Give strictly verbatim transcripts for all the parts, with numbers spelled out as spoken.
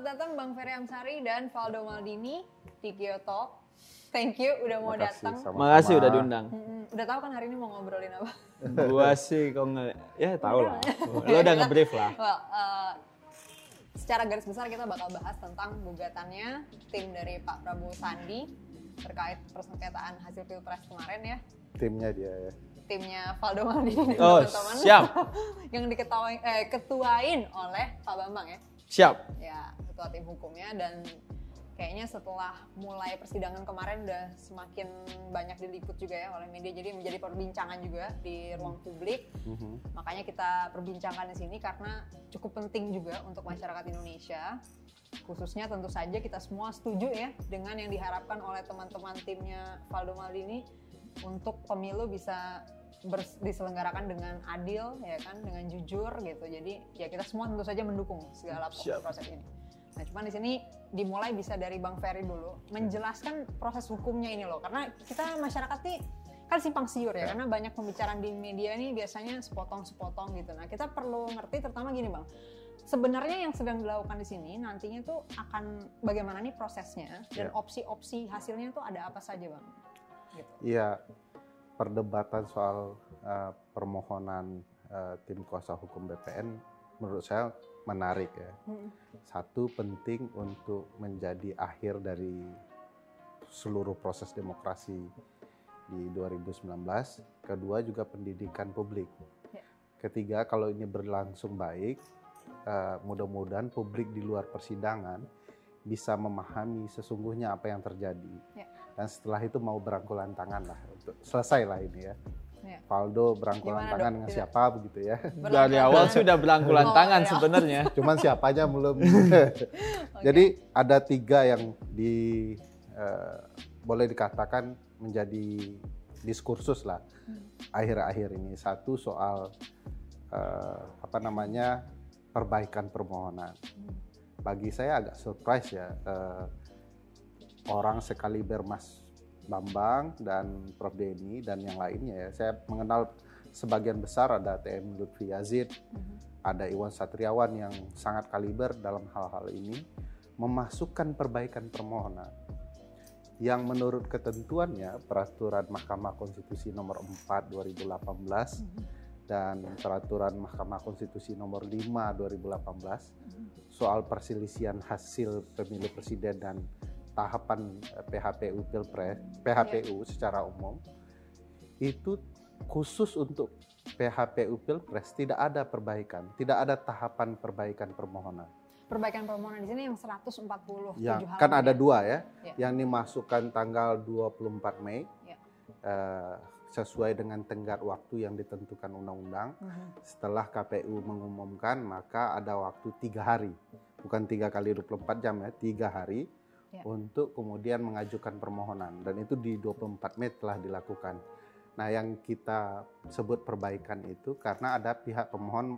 datang Bang Ferry Amsari dan Valdo Maldini di Kyoto. Thank you udah mau datang. Makasih udah diundang. Hmm, udah tahu kan hari ini mau ngobrolin apa? Gua sih kok nge... Ya tahu lah. Lo udah nge-brief lah. Well, uh, secara garis besar kita bakal bahas tentang gugatannya tim dari Pak Prabowo Sandi terkait persengketaan hasil Pilpres kemarin ya. Timnya dia ya. Timnya Valdo Maldini oh, teman-teman. Siap. Yang diketawain eh ketuain oleh Pak Bambang ya. Siap. Ya, ketua tim hukumnya, dan kayaknya setelah mulai persidangan kemarin udah semakin banyak diliput juga ya oleh media, jadi menjadi perbincangan juga di ruang publik. Mm-hmm. Makanya kita perbincangkan di sini karena cukup penting juga untuk masyarakat Indonesia. Khususnya tentu saja kita semua setuju ya dengan yang diharapkan oleh teman-teman timnya Valdo Maldini untuk pemilu bisa bers- diselenggarakan dengan adil ya kan, dengan jujur gitu. Jadi ya kita semua tentu saja mendukung segala Siap. proses ini. Nah, cuman di sini dimulai bisa dari Bang Ferry dulu menjelaskan proses hukumnya ini loh, karena kita masyarakat nih kan simpang siur ya, ya. Karena banyak pembicaraan di media ini biasanya sepotong-sepotong gitu. Nah, kita perlu ngerti terutama gini Bang, sebenarnya yang sedang dilakukan di sini nantinya tuh akan bagaimana nih prosesnya dan ya. Opsi-opsi hasilnya tuh ada apa saja Bang? Iya, gitu. Perdebatan soal uh, permohonan uh, tim kuasa hukum B P N menurut saya menarik ya. Hmm. Satu, penting untuk menjadi akhir dari seluruh proses demokrasi di dua ribu sembilan belas. Kedua, juga pendidikan publik. Ya. Ketiga, kalau ini berlangsung baik, uh, mudah-mudahan publik di luar persidangan bisa memahami sesungguhnya apa yang terjadi. Ya. Dan setelah itu mau berangkulan tangan lah, selesai lah ini ya. Ya. Valdo berangkulan tangan dong? Dengan Tidak. Siapa begitu ya? Dari awal sudah berangkulan oh, tangan ya. Sebenarnya. Cuman siapanya belum. Okay. Jadi ada tiga yang di uh, boleh dikatakan menjadi diskursus lah hmm. akhir-akhir ini. Satu soal uh, apa namanya perbaikan permohonan. Hmm. Bagi saya agak surprise ya. Uh, orang sekaliber Mas Bambang dan Prof Denny dan yang lainnya ya. Saya mengenal sebagian besar, ada T M Lutfi Yazid, mm-hmm. ada Iwan Satriawan yang sangat kaliber dalam hal-hal ini, memasukkan perbaikan permohonan yang menurut ketentuannya peraturan Mahkamah Konstitusi nomor empat dua ribu delapan belas mm-hmm. dan peraturan Mahkamah Konstitusi nomor lima dua ribu delapan belas mm-hmm. soal perselisihan hasil pemilu presiden dan tahapan P H P U Pilpres, P H P U ya. Secara umum itu khusus untuk P H P U Pilpres tidak ada perbaikan, tidak ada tahapan perbaikan permohonan. Perbaikan permohonan di sini yang seratus empat puluh tujuh ya, halaman. Kan ada ya? dua ya, ya, yang dimasukkan tanggal dua puluh empat Mei ya. uh, sesuai dengan tenggat waktu yang ditentukan undang-undang. Uh-huh. Setelah K P U mengumumkan maka ada waktu tiga hari, bukan tiga kali dua puluh empat jam ya, tiga hari. Ya. Untuk kemudian mengajukan permohonan, dan itu di dua puluh empat Mei telah dilakukan. Nah, yang kita sebut perbaikan itu karena ada pihak pemohon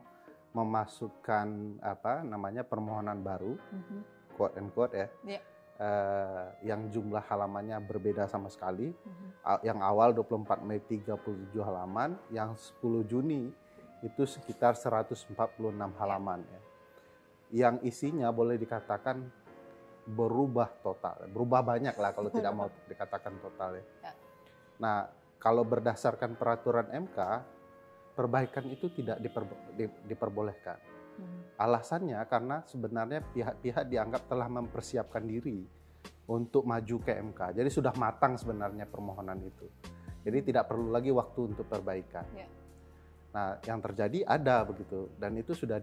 memasukkan apa namanya permohonan baru, mm-hmm. quote and quote ya, ya. Uh, yang jumlah halamannya berbeda sama sekali. Mm-hmm. Yang awal dua puluh empat Mei tiga puluh tujuh halaman, yang sepuluh Juni itu sekitar seratus empat puluh enam halaman ya. Yang isinya boleh dikatakan berubah total, berubah banyak lah kalau tidak mau dikatakan total ya. ya. Nah, kalau berdasarkan peraturan M K, perbaikan itu tidak diperbo- di, diperbolehkan. Hmm. Alasannya karena sebenarnya pihak-pihak dianggap telah mempersiapkan diri untuk maju ke M K. Jadi sudah matang sebenarnya permohonan itu. Jadi tidak perlu lagi waktu untuk perbaikan. Ya. Nah, yang terjadi ada begitu, dan itu sudah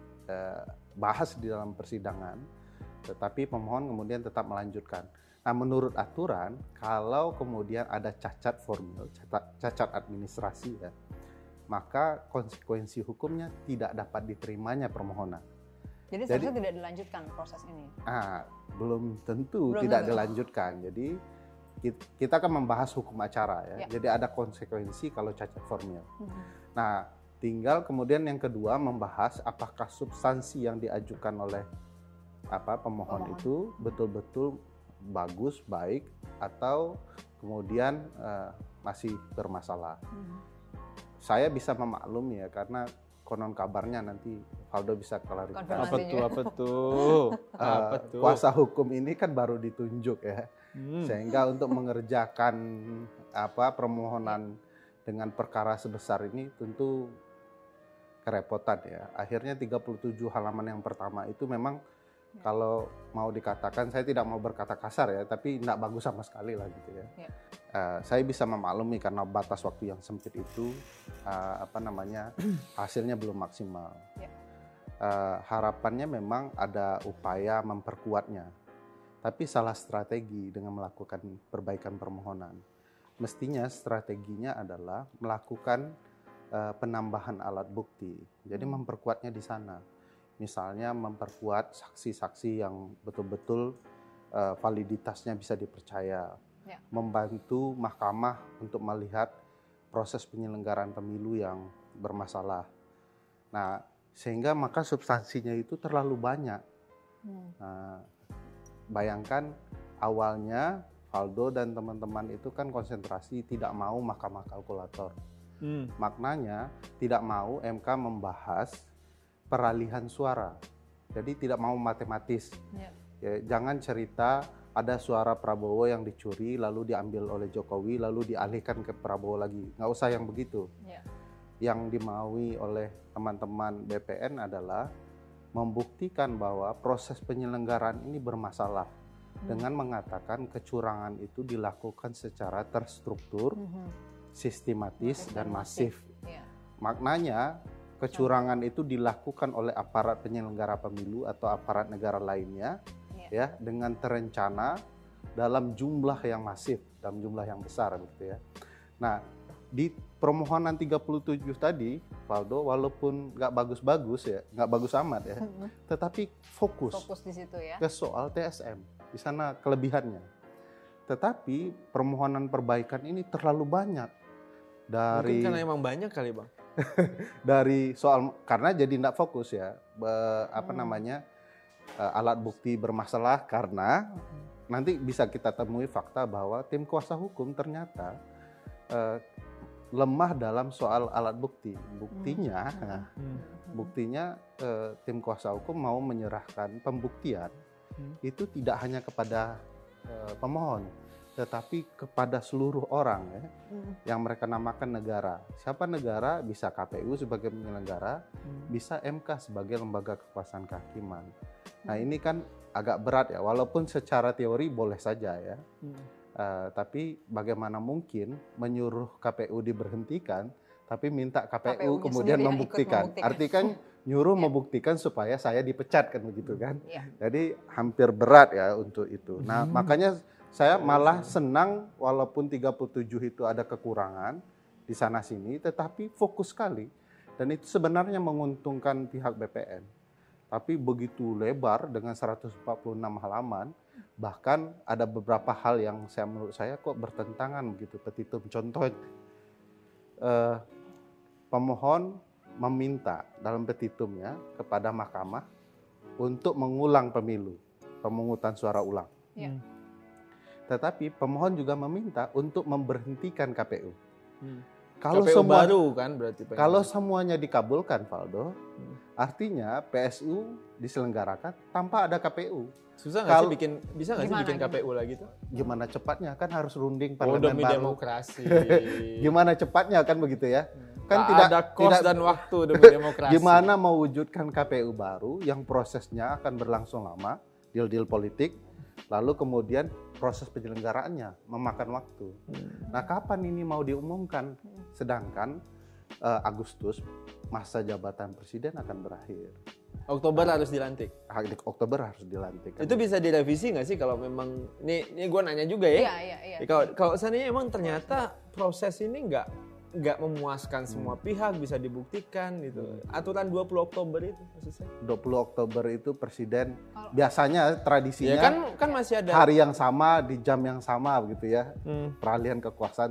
dibahas di dalam persidangan. Tetapi pemohon kemudian tetap melanjutkan. Nah, menurut aturan, kalau kemudian ada cacat formil, cacat, cacat administrasi ya, maka konsekuensi hukumnya tidak dapat diterimanya permohonan. Jadi seharusnya tidak dilanjutkan proses ini? Ah, belum tentu belum tidak tentu. dilanjutkan. Jadi kita akan membahas hukum acara ya. ya. Jadi ada konsekuensi kalau cacat formil. Mm-hmm. Nah, tinggal kemudian yang kedua membahas apakah substansi yang diajukan oleh apa pemohon, pemohon itu betul-betul bagus, baik, atau kemudian uh, masih bermasalah. Hmm. Saya bisa memaklumi ya, karena konon kabarnya nanti Valdo bisa klarifikasi. Apa tuh? Apa tuh? Apa Uh, tuh? kuasa hukum ini kan baru ditunjuk ya, hmm. sehingga untuk mengerjakan apa permohonan dengan perkara sebesar ini tentu kerepotan ya. Akhirnya tiga puluh tujuh halaman yang pertama itu memang ya. Kalau mau dikatakan, saya tidak mau berkata kasar ya, tapi tidak bagus sama sekali lah gitu ya. ya. Uh, saya bisa memaklumi karena batas waktu yang sempit itu uh, apa namanya hasilnya belum maksimal. Ya. Uh, harapannya memang ada upaya memperkuatnya, tapi salah strategi dengan melakukan perbaikan permohonan. Mestinya strateginya adalah melakukan uh, penambahan alat bukti, jadi hmm. memperkuatnya di sana. Misalnya memperkuat saksi-saksi yang betul-betul uh, validitasnya bisa dipercaya. Ya. Membantu mahkamah untuk melihat proses penyelenggaraan pemilu yang bermasalah. Nah, sehingga maka substansinya itu terlalu banyak. Hmm. Nah, bayangkan awalnya Valdo dan teman-teman itu kan konsentrasi tidak mau mahkamah kalkulator. Hmm. Maknanya tidak mau M K membahas peralihan suara. Jadi tidak mau matematis. Ya. Ya, jangan cerita ada suara Prabowo yang dicuri lalu diambil oleh Jokowi lalu dialihkan ke Prabowo lagi. Nggak usah yang begitu. Ya. Yang dimaui oleh teman-teman B P N adalah membuktikan bahwa proses penyelenggaraan ini bermasalah hmm. dengan mengatakan kecurangan itu dilakukan secara terstruktur, hmm. sistematis, masif dan masif. masif. Ya. Maknanya kecurangan itu dilakukan oleh aparat penyelenggara pemilu atau aparat negara lainnya. Ya, dengan terencana dalam jumlah yang masif, dalam jumlah yang besar gitu ya. Nah, di permohonan tiga puluh tujuh tadi, Valdo, walaupun nggak bagus-bagus ya, nggak bagus amat ya, tetapi fokus, fokus di situ ya, ke soal T S M, di sana kelebihannya. Tetapi permohonan perbaikan ini terlalu banyak dari. Mungkin karena emang banyak kali bang. Dari soal karena jadi nggak fokus ya, be, apa hmm. namanya. Uh, alat bukti bermasalah karena hmm. nanti bisa kita temui fakta bahwa tim kuasa hukum ternyata uh, lemah dalam soal alat bukti. Buktinya, hmm. nah, hmm. buktinya uh, tim kuasa hukum mau menyerahkan pembuktian hmm. itu tidak hanya kepada uh, pemohon, tetapi kepada seluruh orang ya, hmm. yang mereka namakan negara. Siapa negara? Bisa K P U sebagai penyelenggara, hmm. bisa M K sebagai lembaga kekuasaan kehakiman. Nah ini kan agak berat ya, walaupun secara teori boleh saja ya, hmm. uh, tapi bagaimana mungkin menyuruh K P U diberhentikan, tapi minta K P U, K P U kemudian membuktikan. membuktikan. Artinya kan nyuruh yeah. membuktikan supaya saya dipecat kan begitu kan. Yeah. Jadi hampir berat ya untuk itu. Nah hmm. makanya saya malah senang walaupun tiga puluh tujuh itu ada kekurangan di sana sini, tetapi fokus sekali. Dan itu sebenarnya menguntungkan pihak B P N. Tapi begitu lebar dengan seratus empat puluh enam halaman, bahkan ada beberapa hal yang saya menurut saya kok bertentangan begitu petitum. Contoh, eh, pemohon meminta dalam petitumnya kepada mahkamah untuk mengulang pemilu, pemungutan suara ulang. Ya. Tetapi pemohon juga meminta untuk memberhentikan K P U. Hmm. Kalau K P U semua, baru kan berarti. Kalau semuanya dikabulkan, Valdo, hmm. artinya P S U diselenggarakan tanpa ada K P U. Susah nggak sih bikin, bisa nggak sih bikin K P U lagi tuh? Gimana cepatnya kan harus runding parlemen oh, demi baru. Demokrasi. Gimana cepatnya kan begitu ya? Hmm. Kan tak tidak ada kos tidak, dan waktu demi demokrasi. Gimana mewujudkan K P U baru yang prosesnya akan berlangsung lama, deal-deal politik, lalu kemudian proses penyelenggaraannya memakan waktu. Hmm. Nah, kapan ini mau diumumkan? Sedangkan uh, Agustus masa jabatan presiden akan berakhir. Oktober nah, harus dilantik. Oktober harus dilantik. Itu kan? Bisa direvisi nggak sih kalau memang ini ini gue nanya juga ya? Iya iya iya. Kalau kalau seandainya emang ternyata proses ini nggak nggak memuaskan semua hmm. pihak, bisa dibuktikan gitu. Aturan dua puluh Oktober itu maksud saya. dua puluh Oktober itu presiden oh. biasanya tradisinya ya kan kan masih ada hari yang sama di jam yang sama begitu ya. Hmm. Peralihan kekuasaan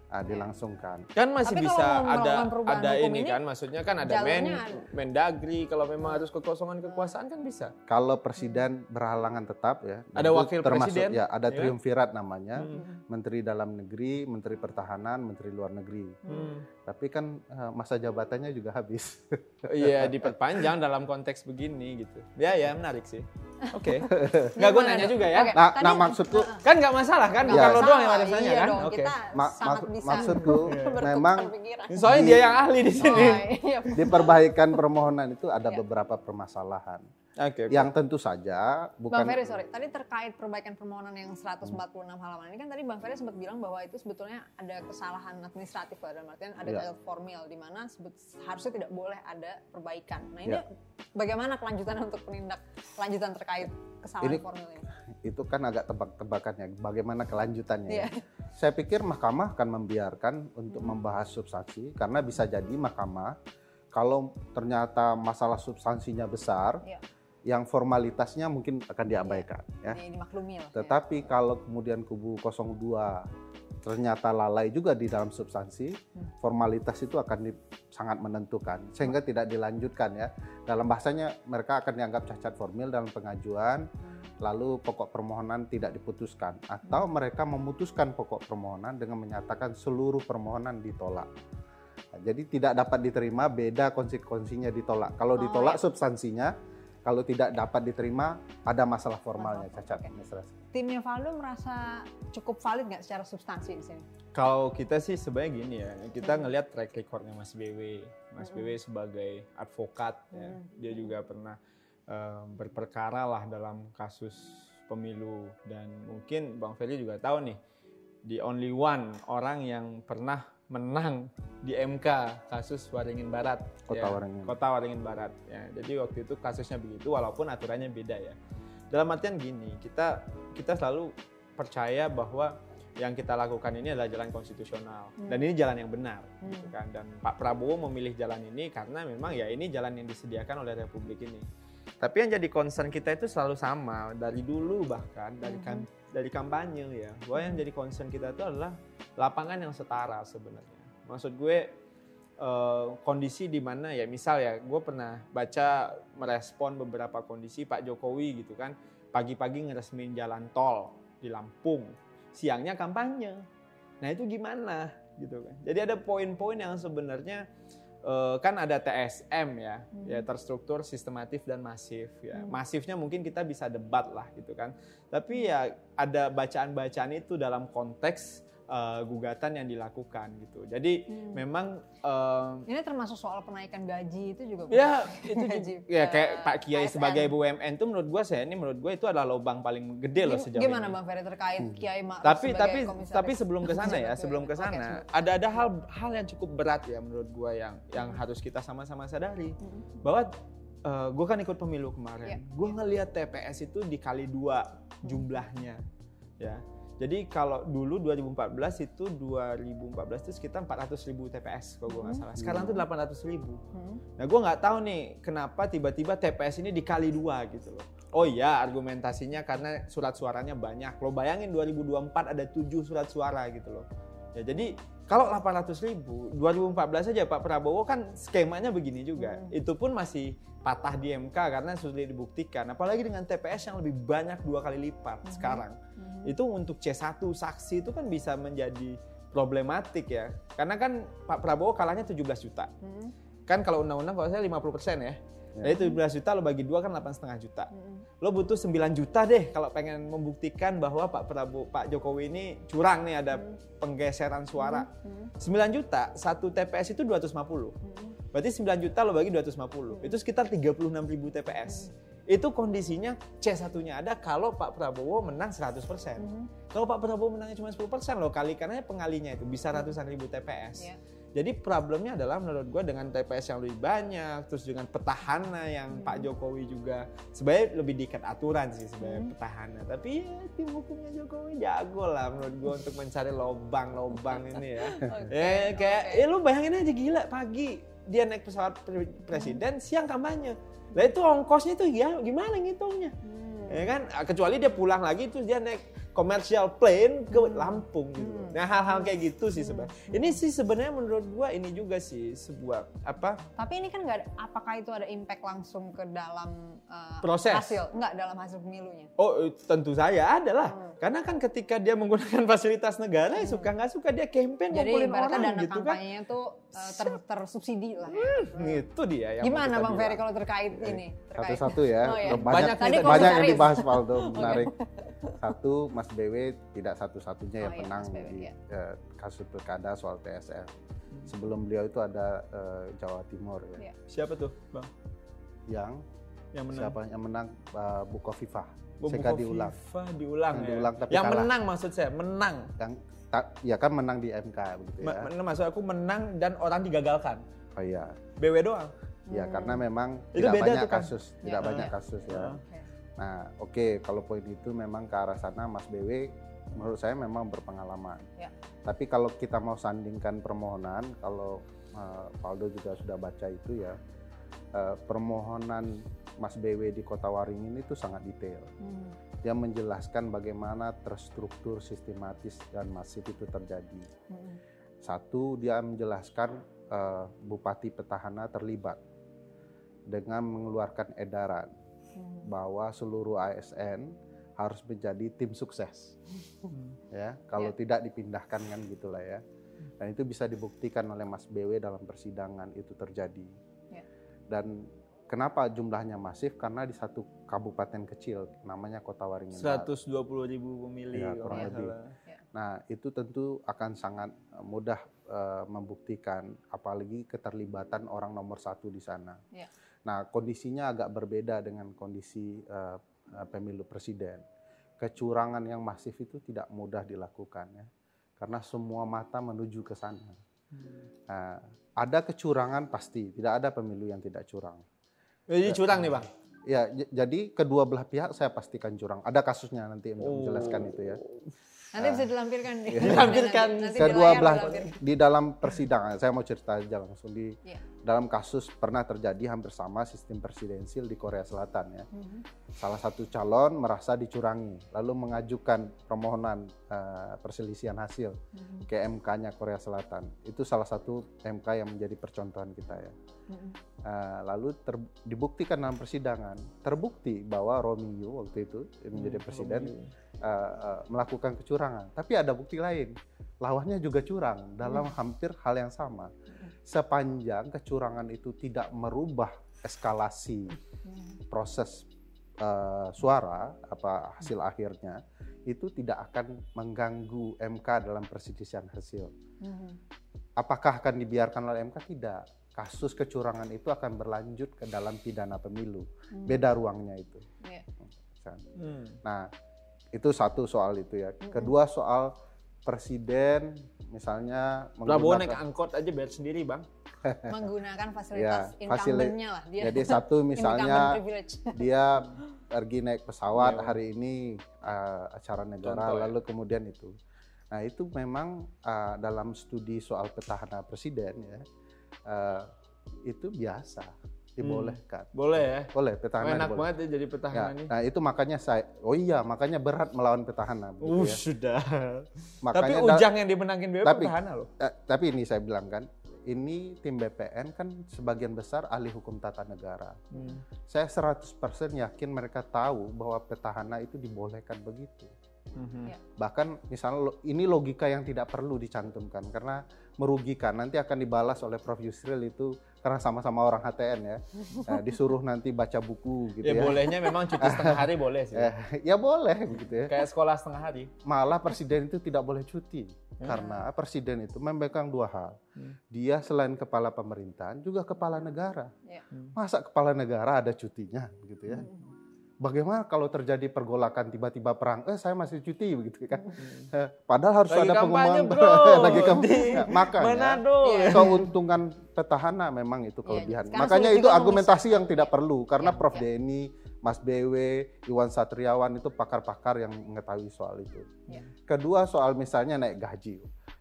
uh, dilangsungkan. Kan masih Tapi bisa kalau ada perubahan ada hukum ini ini, kan, maksudnya kan ada men, Mendagri, kalau memang harus kekosongan kekuasaan kan bisa. Kalau presiden berhalangan tetap ya. Ada wakil termasuk, presiden. Ya, ada ya? triumvirat namanya, hmm. Menteri Dalam Negeri, Menteri Pertahanan, Menteri Luar Negeri. Hmm. Tapi kan uh, masa jabatannya juga habis. Iya, diperpanjang dalam konteks begini gitu. Ya ya menarik sih. Oke. Okay. Nggak, gue nanya juga ya. Okay. Nah, nah maksudku kan nggak masalah kan, bukan lo doang yang harus nanya iya kan. Dong, Oke. kita Ma- sangat mak- bisa maksudku memang soalnya dia yang ahli di sini. Oh, iya. Di perbaikan permohonan itu ada Iya. beberapa permasalahan. Okay, okay. Yang tentu saja bukan. Bang Ferry, sorry, tadi terkait perbaikan permohonan yang seratus empat puluh enam halaman ini kan tadi Bang Ferry sempat bilang bahwa itu sebetulnya ada kesalahan administratif dalam artian ada Ya. child formil di mana sebet- harusnya tidak boleh ada perbaikan. Nah ini Ya. bagaimana kelanjutan untuk penindak lanjutan terkait kesalahan Ini- formil ini? Itu kan agak tebak-tebakannya. Bagaimana kelanjutannya? Iya. Ya? Saya pikir mahkamah akan membiarkan untuk hmm. membahas substansi karena bisa jadi mahkamah kalau ternyata masalah substansinya besar. Ya. Yang formalitasnya mungkin akan diabaikan, ya. ya. Dimaklumi lah. Tetapi ya. kalau kemudian kubu nol dua ternyata lalai juga di dalam substansi, hmm. formalitas itu akan di, sangat menentukan, sehingga tidak dilanjutkan ya. Dalam bahasanya mereka akan dianggap cacat formil dalam pengajuan, hmm. lalu pokok permohonan tidak diputuskan, atau hmm. mereka memutuskan pokok permohonan dengan menyatakan seluruh permohonan ditolak. Nah, jadi tidak dapat diterima, beda konsekuensinya ditolak. Kalau Oh, ditolak ya. substansinya, kalau tidak dapat diterima, ada masalah formalnya, cacat okay. administrasi. Timnya Valdo merasa cukup valid nggak secara substansi di sini? Kalau kita sih sebenarnya gini ya, kita ngelihat track recordnya Mas B W. Mas B W sebagai advokat, ya, dia juga pernah uh, berperkara lah dalam kasus pemilu. Dan mungkin Bang Ferry juga tahu nih, the only one orang yang pernah menang di M K kasus Waringin Barat, Kota ya, Waringin. Kota Waringin Barat. Ya, jadi waktu itu kasusnya begitu, walaupun aturannya beda ya. Dalam artian gini, kita kita selalu percaya bahwa yang kita lakukan ini adalah jalan konstitusional hmm. dan ini jalan yang benar, hmm. gitu kan. Dan Pak Prabowo memilih jalan ini karena memang ya ini jalan yang disediakan oleh Republik ini. Tapi yang jadi concern kita itu selalu sama dari dulu, bahkan dari kan hmm. dari kampanye ya, bahwa yang jadi concern kita itu adalah lapangan yang setara sebenarnya. Maksud gue uh, kondisi di mana ya, misal ya, gue pernah baca merespon beberapa kondisi Pak Jokowi gitu kan, pagi-pagi ngeresmin jalan tol di Lampung, siangnya kampanye. Nah itu gimana gitu kan? Jadi ada poin-poin yang sebenarnya uh, kan ada T S M ya, hmm. ya terstruktur, sistematif dan masif ya. Hmm. Masifnya mungkin kita bisa debat lah gitu kan. Tapi ya ada bacaan-bacaan itu dalam konteks uh, gugatan yang dilakukan gitu. Jadi hmm. memang uh, ini termasuk soal penaikan gaji itu juga. Ya itu gaji, ya kayak uh, Pak Kiai A S N. Sebagai B U M N itu menurut gua saya ini menurut gua itu adalah lubang paling gede loh sejauh Gimana ini. Bang Ferry terkait hmm. Kiai Ma'ruf tapi sebagai tapi komisaris? tapi sebelum ke sana ya, sebelum ke sana okay, ada ada hal hal yang cukup berat ya menurut gua yang yang hmm. harus kita sama-sama sadari hmm. bahwa uh, gua kan ikut pemilu kemarin. Yeah. Gua ngelihat T P S itu dikali dua jumlahnya. Ya. Jadi kalau dulu dua ribu empat belas itu dua ribu empat belas itu sekitar empat ratus ribu T P S kalau gue nggak salah. Sekarang itu delapan ratus ribu. Hmm. Nah gue nggak tahu nih kenapa tiba-tiba T P S ini dikali dua gitu loh. Oh iya argumentasinya karena surat suaranya banyak. Lo bayangin dua ribu dua puluh empat ada tujuh surat suara gitu loh. Ya jadi kalau delapan ratus ribu, dua ribu empat belas aja Pak Prabowo kan skemanya begini juga. Hmm. Itu pun masih patah di M K karena sulit dibuktikan. Apalagi dengan T P S yang lebih banyak dua kali lipat hmm. sekarang. Hmm. Itu untuk C satu saksi itu kan bisa menjadi problematik ya. Karena kan Pak Prabowo kalahnya tujuh belas juta. Hmm. Kan kalau undang-undang kalau saya lima puluh persen ya. Ya. Jadi tujuh belas juta lo bagi dua kan delapan koma lima juta. Hmm. Lo butuh sembilan juta deh kalau pengen membuktikan bahwa Pak Prabowo, Pak Jokowi ini curang nih ada hmm. penggeseran suara. Hmm. sembilan juta, satu T P S itu dua ratus lima puluh. Hmm. Berarti sembilan juta lo bagi dua ratus lima puluh. Hmm. Itu sekitar tiga puluh enam ribu T P S. Hmm. Itu kondisinya C satunya ada kalau Pak Prabowo menang seratus persen. Hmm. Kalau Pak Prabowo menangnya cuma sepuluh persen lo kalikan aja pengalinya itu bisa ratusan ribu T P S. Yeah. Jadi problemnya adalah menurut gue dengan T P S yang lebih banyak, terus dengan petahana yang hmm. Pak Jokowi juga sebenarnya lebih diikat aturan sih sebenarnya hmm. petahana. Tapi ya tim hukumnya Jokowi jago lah menurut gue untuk mencari lobang-lobang ini ya. Okay, ya kayak okay. ya lu bayangin aja gila pagi dia naik pesawat presiden, hmm. siang kampanye. Lah itu ongkosnya tuh ya gimana ngitungnya? Hmm. Ya kan kecuali dia pulang lagi terus dia naik commercial plane ke Lampung gitu. Hmm. Nah hal-hal kayak gitu sih sebenarnya. Hmm. Ini sih sebenarnya menurut gua ini juga sih sebuah apa? Tapi ini kan nggak, apakah itu ada impact langsung ke dalam uh, proses hasil? Enggak, dalam hasil pemilunya. Oh tentu saja ada lah. Hmm. Karena kan ketika dia menggunakan fasilitas negara, hmm. suka nggak suka dia campaign ngumpulin orang dana gitu kan. Jadi kampanyenya tuh uh, ter, tersubsidi lah. Ya. Hmm, hmm. Itu dia yang gimana Bang Ferry kalau terkait ini? Terkait. Satu-satu ya. Oh, ya. Banyak, banyak, banyak yang dibahas Valdo, menarik. Satu, Mas B W tidak satu-satunya yang oh, menang iya, B W, di ya. uh, kasus pilkada soal T S F. Sebelum beliau itu ada uh, Jawa Timur ya. ya. Siapa tuh, Bang? Yang yang menang. Siapa yang menang? Uh, Bukoviva. Bu Seka diulang. diulang yang ya. diulang tapi yang kalah. menang maksud saya, menang. Yang ta, ya kan menang di M K begitu ya. Ma, maksud aku menang dan orang digagalkan. Oh iya. B W doang. Ya hmm. karena memang itu tidak beda banyak tuh, kan? kasus, ya, tidak ya. banyak kasus ya. Oh. Nah, oke okay, kalau poin itu memang ke arah sana Mas B W menurut saya memang berpengalaman. Ya. Tapi kalau kita mau sandingkan permohonan, kalau uh, Valdo juga sudah baca itu ya, uh, permohonan Mas B W di Kota Waringin itu sangat detail. Hmm. Dia menjelaskan bagaimana terstruktur, sistematis dan masif itu terjadi. Hmm. Satu, dia menjelaskan uh, Bupati Petahana terlibat dengan mengeluarkan edaran hmm. bahwa seluruh A S N harus menjadi tim sukses, hmm. ya. Kalau yeah. tidak dipindahkan kan gitulah ya. Dan itu bisa dibuktikan oleh Mas B W dalam persidangan itu terjadi. Yeah. Dan kenapa jumlahnya masif? Karena di satu kabupaten kecil namanya Kota Waringin. seratus dua puluh ribu pemilih. Ya, kurang lebih. Ya. Nah itu tentu akan sangat mudah uh, membuktikan, apalagi keterlibatan orang nomor satu di sana. Ya. Nah kondisinya agak berbeda dengan kondisi uh, pemilu presiden. Kecurangan yang masif itu tidak mudah dilakukan ya, karena semua mata menuju ke sana. Hmm. Nah, ada kecurangan pasti, tidak ada pemilu yang tidak curang. Jadi curang nih Bang? Ya, jadi kedua belah pihak saya pastikan curang. Ada kasusnya nanti untuk oh. menjelaskan itu ya. Nanti bisa dilampirkan. Di, ya. Dilampirkan nanti, nanti kedua di belah dilampirkan. Di dalam persidangan. Saya mau cerita aja langsung di yeah. dalam kasus pernah terjadi hampir sama sistem presidensil di Korea Selatan ya. Mm-hmm. Salah satu calon merasa dicurangi, lalu mengajukan permohonan uh, perselisihan hasil mm-hmm. ke M K-nya Korea Selatan. Itu salah satu M K yang menjadi percontohan kita ya. Mm-hmm. Uh, lalu ter, dibuktikan dalam persidangan, terbukti bahwa Romi Yu waktu itu yang menjadi presiden uh, uh, melakukan kecurangan. Tapi ada bukti lain, lawannya juga curang dalam mm. hampir hal yang sama. Sepanjang kecurangan itu tidak merubah eskalasi mm. proses uh, suara, apa hasil akhirnya, itu tidak akan mengganggu M K dalam perselisihan hasil. Mm. Apakah akan dibiarkan oleh M K? Tidak. Kasus kecurangan itu akan berlanjut ke dalam pidana pemilu. Hmm. Beda ruangnya itu. Yeah. Hmm. Nah, itu satu soal itu ya. Hmm. Kedua soal presiden misalnya Prabowo naik angkot aja bayar sendiri Bang. Menggunakan fasilitas ya, incumbent-nya lah dia. Jadi satu misalnya dia pergi naik pesawat yeah. hari ini uh, acara negara. Contoh, lalu ya. Kemudian itu. Nah, itu memang uh, dalam studi soal petahana presiden ya. Uh, itu biasa dibolehkan. Hmm, boleh ya? Boleh, petahana. Oh, enak boleh. banget ya jadi petahana ya, nih. Nah itu makanya saya, oh iya makanya berat melawan petahana. Uh ya. sudah. Makanya tapi Ujang yang dimenangin B W tapi, petahana loh. Uh, tapi ini saya bilang kan, ini tim B P N kan sebagian besar ahli hukum tata negara. Hmm. Saya seratus persen yakin mereka tahu bahwa petahana itu dibolehkan begitu. Mm-hmm. Ya. Bahkan misalnya ini logika yang tidak perlu dicantumkan karena merugikan, nanti akan dibalas oleh Prof Yusril itu karena sama-sama orang H T N ya, nah, disuruh nanti baca buku gitu ya. Ya bolehnya memang cuti setengah hari boleh sih. Ya boleh gitu ya. Kayak sekolah setengah hari. Malah presiden itu tidak boleh cuti hmm. karena presiden itu memegang dua hal. Hmm. Dia selain kepala pemerintahan juga kepala negara. Ya. Masa kepala negara ada cutinya gitu ya? Hmm. Bagaimana kalau terjadi pergolakan tiba-tiba perang? Eh saya masih cuti begitu kan? Hmm. Padahal harus lagi ada pengumuman lagi kampanye. Makanya Manado. Keuntungan petahana memang itu kelebihan. Ya, makanya itu argumentasi yang tidak perlu karena ya, Prof Ya. Denny, Mas B W, Iwan Satriawan itu pakar-pakar yang mengetahui soal itu. Ya. Kedua soal misalnya naik gaji.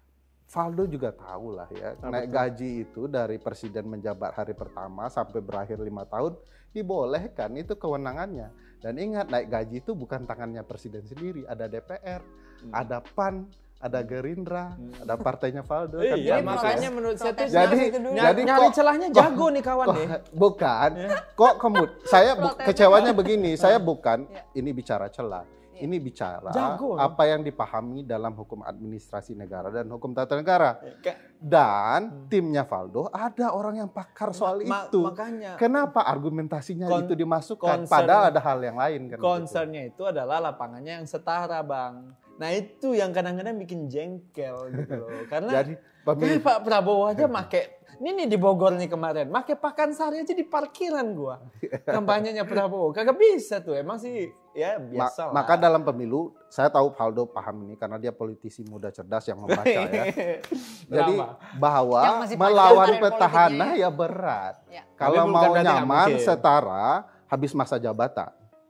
Valdo juga tahu lah ya, Nah, naik betul. gaji itu dari presiden menjabat hari pertama sampai berakhir lima tahun dibolehkan, itu kewenangannya. Dan ingat, naik gaji itu bukan tangannya presiden sendiri, ada D P R, hmm. ada P A N, ada Gerindra, hmm. ada partainya Valdo. Iya, kan iya gitu makanya ya. menurut saya tuh Jadi, nyari, jadi nyari kok, celahnya jago nih kawan kok, nih. Bukan, kok kemud. Saya bu, kecewanya begini, saya bukan Ya. ini bicara celah. Ini bicara Jago, apa yang dipahami dalam hukum administrasi negara dan hukum tata negara. Kayak- Dan Hmm. timnya Valdo ada orang yang pakar soal Ma- itu. Makanya Kenapa argumentasinya Kon- itu dimasukkan? concern- Padahal ada hal yang lain kan. concernnya itu adalah lapangannya yang setara, Bang. Nah itu yang kadang-kadang bikin jengkel gitu loh. Karena Jadi kayak pemilih Pak Prabowo aja make, ini nih di Bogor nih kemarin, make Pakansari aja di parkiran gua. Kampanyenya Prabowo, kagak bisa tuh, emang sih ya Ma- biasa lah. maka dalam pemilu saya tahu Valdo paham ini karena dia politisi muda cerdas yang membaca ya. Jadi Kenapa? bahwa Yang masih melawan panjang karir petahana politiknya ya berat. Ya. Kalau Tapi bukan mau berarti nggak nyaman mungkin. setara habis masa jabatan.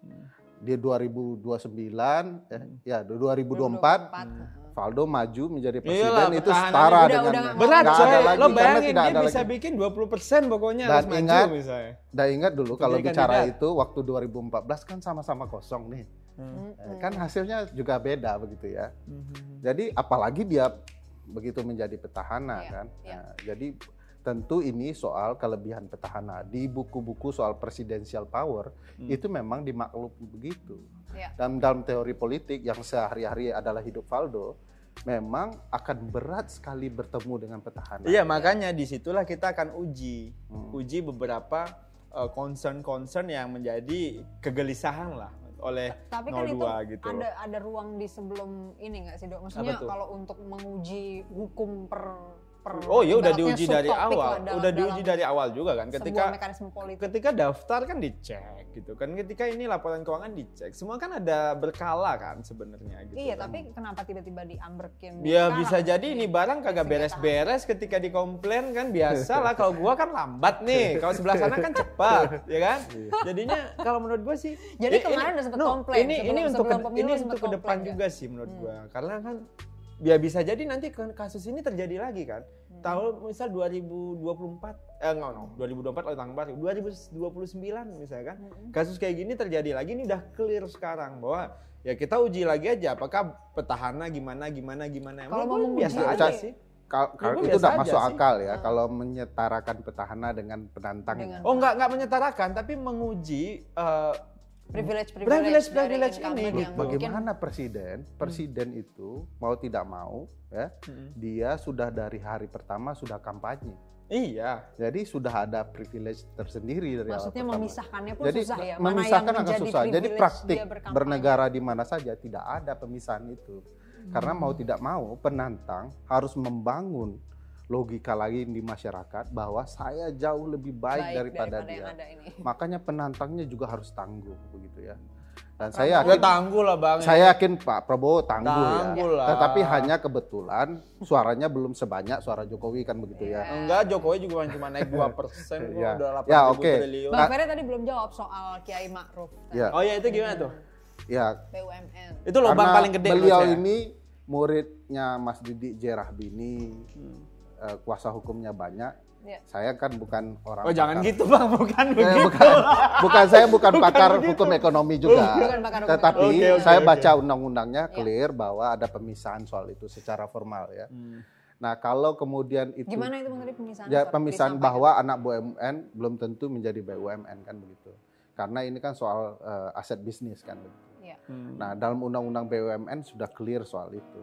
Di dua ribu dua puluh sembilan eh, ya dua ribu dua puluh empat Valdo maju menjadi presiden Iyalah, itu pertahanan setara udah- dengan udah berat nggak coy, ada lagi lo karena bayangin tidak dia ada bisa lagi. bikin dua puluh persen pokoknya Dan harus ingat, maju misalnya. Dan ingat dulu kalau Menjadi bicara kandidat. itu waktu dua ribu empat belas kan sama-sama kosong nih. Hmm. Eh, Kan hasilnya juga beda begitu ya. Hmm. Jadi apalagi dia begitu menjadi petahana Iya, kan. iya. Nah, jadi tentu ini soal kelebihan petahana. Di buku-buku soal presidential power Hmm. itu memang dimaklumi begitu. Iya. Dan dalam teori politik yang sehari-hari adalah hidup Valdo, memang akan berat sekali bertemu dengan petahana. Iya makanya disitulah kita akan uji, Hmm. uji beberapa uh, concern-concern yang menjadi kegelisahan lah oleh Tapi kan nol itu dua gitu. ada ada ruang di sebelum ini nggak sih Dok? Maksudnya Apa tuh? kalau untuk menguji hukum per per Oh iya udah ibaratnya diuji dari subtopik awal, lah dalam- udah diuji dalam dari awal juga kan. sebuah Ketika mekanisme politik. ketika daftar kan dicek gitu kan. Ketika ini laporan keuangan dicek, semua kan ada berkala kan sebenarnya gitu. Iya, kan. tapi kenapa tiba-tiba diambrekin? Ya sekarang? bisa jadi ini barang kagak Sengketa. beres-beres ketika dikomplain kan biasa lah. Kalau gua kan lambat nih, kalau sebelah sana kan cepat, ya kan? Jadinya kalau menurut gua sih. Jadi i- kemarin ini- udah sempet no, komplain, Ini sebelum- ini untuk sebelum ke, pemilu ini sempet untuk ke depan komplain juga sih menurut Hmm. gua, karena kan ya bisa jadi nanti ke- kasus ini terjadi lagi kan. Hmm. Tahun misal dua ribu dua puluh empat, eh enggak, no, dua ribu dua puluh empat oleh tahun baru, dua ribu dua puluh sembilan misalnya kan. Hmm. Kasus kayak gini terjadi lagi, ini udah clear sekarang bahwa ya kita uji lagi aja apakah petahana gimana gimana gimana. Kalau Menurut mau gua menguji biasa aja aja sih. sih. Kal- Menurut kal- gua itu biasa udah aja masuk sih. akal ya Hmm. kalau menyetarakan petahana dengan penantang. Dengan- Oh enggak enggak menyetarakan tapi menguji eh, privilege Privilege- privilege, privilege dari incumbent ini yang gitu. mungkin Bagaimana presiden? Presiden itu mau tidak mau ya, Mm-mm. dia sudah dari hari pertama sudah kampanye. Iya. Jadi sudah ada privilege tersendiri dari awal maksudnya pertama. memisahkannya pun Jadi susah ya. Mana memisahkan yang akan menjadi susah. Jadi privilege praktik dia berkampanye. bernegara di mana saja tidak ada pemisahan itu. Karena Hmm. mau tidak mau penantang harus membangun logika lagi di masyarakat bahwa saya jauh lebih baik, baik daripada, yang dia. ada ini. Makanya penantangnya juga harus tangguh begitu ya. Dan Prabowo- saya Ya yakin tangguh lah Bang. saya yakin Pak Prabowo tangguh, Tangguh ya. lah. Tetapi hanya kebetulan suaranya belum sebanyak suara Jokowi kan begitu ya. Enggak, Jokowi juga cuma naik dua persen kok Ya. udah delapan Ya, ribu oke. triliun. Bang Ferry tadi belum jawab soal Kiai Ma'ruf. Ya. Oh ya itu gimana tuh? Ya, B U M N. Itu lubang karena paling gede beliau menurut saya. ini muridnya Mas Didi J. Rahbini, Hmm. eh, kuasa hukumnya banyak. Ya. Saya kan bukan orang Oh jangan pakar. gitu Bang, bukan Eh, begitu. bukan, bukan saya bukan, Bukan pakar begitu. hukum ekonomi juga. Bukan pakar hukum Tetapi ekonomi. Oke, oke, saya oke. baca undang-undangnya Ya. clear bahwa ada pemisahan soal itu secara formal ya. Hmm. Nah, kalau kemudian itu Gimana itu Bang tadi pemisahan? ya Sorry, pemisahan disampaikan. bahwa anak B U M N belum tentu menjadi B U M N kan begitu. Karena ini kan soal eh, aset bisnis kan begitu. Iya. Hmm. Nah, dalam undang-undang B U M N sudah clear soal itu.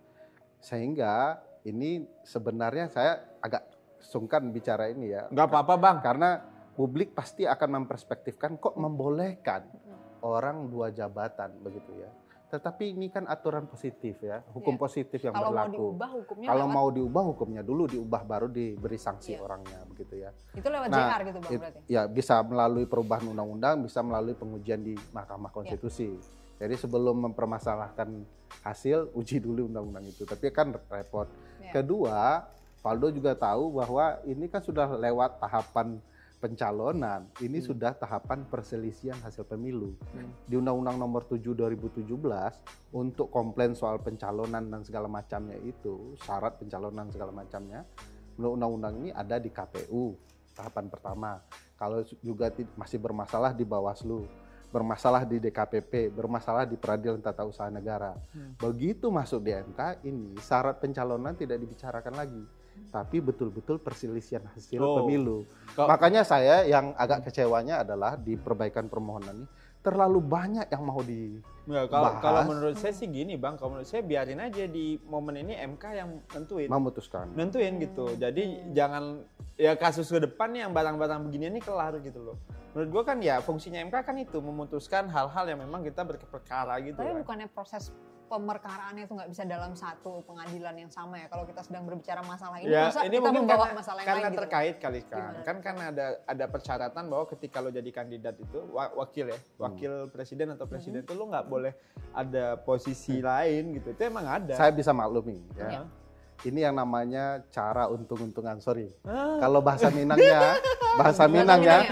Sehingga ini sebenarnya saya agak sungkan bicara ini ya. Enggak apa-apa Bang. Karena publik pasti akan memperspektifkan kok membolehkan orang dua jabatan begitu ya. Tetapi ini kan aturan positif ya, hukum Iya. positif yang Kalau mau berlaku. diubah hukumnya Kalau lewat, mau diubah hukumnya dulu diubah baru diberi sanksi Iya. orangnya begitu ya. itu lewat Nah, J R gitu Bang It- berarti. ya bisa melalui perubahan undang-undang, bisa melalui pengujian di Iya. Mahkamah Konstitusi. Jadi sebelum mempermasalahkan hasil, uji dulu undang-undang itu. Tapi kan repot. Ya. Kedua, Valdo juga tahu bahwa ini kan sudah lewat tahapan pencalonan ini hmm. sudah tahapan perselisihan hasil pemilu. Hmm. Di Undang-Undang Nomor tujuh dua ribu tujuh belas untuk komplain soal pencalonan dan segala macamnya itu, syarat pencalonan segala macamnya, menurut undang-undang ini ada di K P U tahapan pertama. Kalau juga masih bermasalah di Bawaslu, bermasalah di D K P P, bermasalah di Peradilan Tata Usaha Negara. Hmm. Begitu masuk di M K ini, syarat pencalonan tidak dibicarakan lagi. Tapi betul-betul perselisihan hasil oh. pemilu. Kalo, Makanya saya yang agak kecewanya adalah di perbaikan permohonan ini terlalu banyak yang mau dibahas. Ya, kalau, kalau menurut saya sih gini Bang, kalau menurut saya biarin aja di momen ini M K yang nentuin. Memutuskan. Nentuin gitu. Jadi hmm. jangan ya kasus ke depan yang barang-barang begini ini kelar gitu loh. Menurut gua kan ya fungsinya M K kan itu memutuskan hal-hal yang memang kita berperkara gitu. Tapi kan. bukannya proses pemerkaraannya itu nggak bisa dalam satu pengadilan yang sama ya kalau kita sedang berbicara masalah ini, ya, masa ini kita membawa karena, masalah yang karena lain terkait gitu. Kali kan Gimana? kan kan ada ada persyaratan bahwa ketika lo jadi kandidat itu wakil ya wakil hmm. presiden atau presiden itu hmm. lo nggak boleh ada posisi hmm. lain gitu, itu emang ada. Saya bisa maklumi ya. ya. Ini yang namanya cara untung-untungan, sorry. Ah. Kalau bahasa Minangnya, bahasa Minang ya,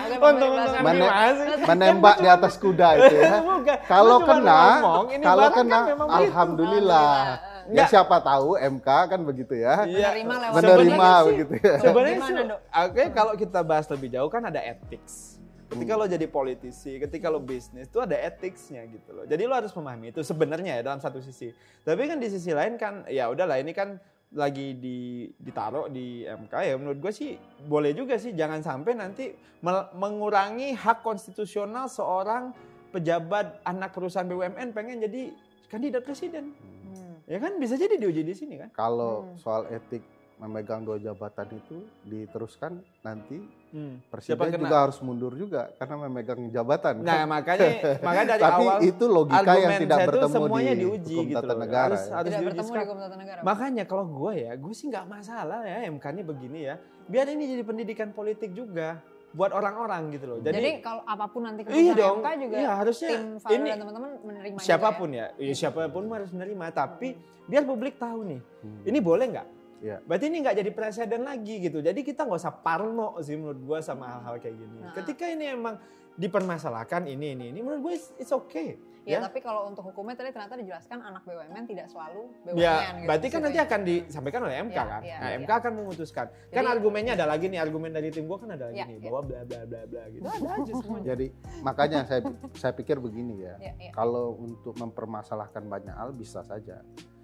men menembak di atas kuda itu ya. Kalau kena, kalau kena, kan alhamdulillah. Ya siapa tahu M K kan begitu ya. Menerima lewat menerima begitu ya. Sebenarnya oke, kalau kita bahas lebih jauh kan ada ethics. Ketika lo jadi politisi, ketika lo bisnis, itu ada ethics-nya gitu loh. Jadi lo harus memahami itu sebenarnya ya dalam satu sisi. Tapi kan di sisi lain kan, ya udahlah ini kan lagi di, ditaruh di M K ya, menurut gue sih boleh juga sih, jangan sampai nanti mengurangi hak konstitusional seorang pejabat anak perusahaan B U M N pengen jadi kandidat presiden. Hmm. Ya kan bisa jadi diuji di sini kan. Kalau hmm. soal etik memegang dua jabatan itu diteruskan nanti hmm. presiden juga harus mundur juga karena memegang jabatan. Nah, kan? makanya makanya dari Tapi awal itu logika yang tidak bertemu semuanya di diuji hukum gitu tata loh. negara. Harus, ya. harus tidak diuji bertemu di hukum tata negara. Makanya kalau gue ya, gue sih nggak masalah ya M K ini begini ya. Biar ini jadi pendidikan politik juga buat orang-orang gitu loh. Jadi, Jadi kalau apapun nanti keputusan iya M K juga iya, harusnya tim Valdo ini, dan teman-teman menerima siapapun juga ya. ya, ya siapapun harus menerima. Tapi hmm. biar publik tahu nih, hmm. ini boleh nggak? Ya. Berarti ini nggak jadi presiden lagi gitu. Jadi kita nggak usah parno sih menurut gue sama hal-hal kayak gini. Nah. Ketika ini emang dipermasalahkan ini ini ini menurut gue it's okay. Ya, ya, tapi kalau untuk hukumnya tadi ternyata dijelaskan anak B U M N tidak selalu B U M N. Ya, gitu, berarti kan nanti akan disampaikan oleh M K ya, kan. Ya, nah, ya. M K akan memutuskan. Jadi, kan argumennya ada lagi nih, argumen dari tim gue kan ada lagi ya, nih, ya. bahwa bla bla bla bla gitu. Ada aja semuanya. Jadi makanya saya saya pikir begini ya. ya, ya. Kalau untuk mempermasalahkan banyak hal bisa saja.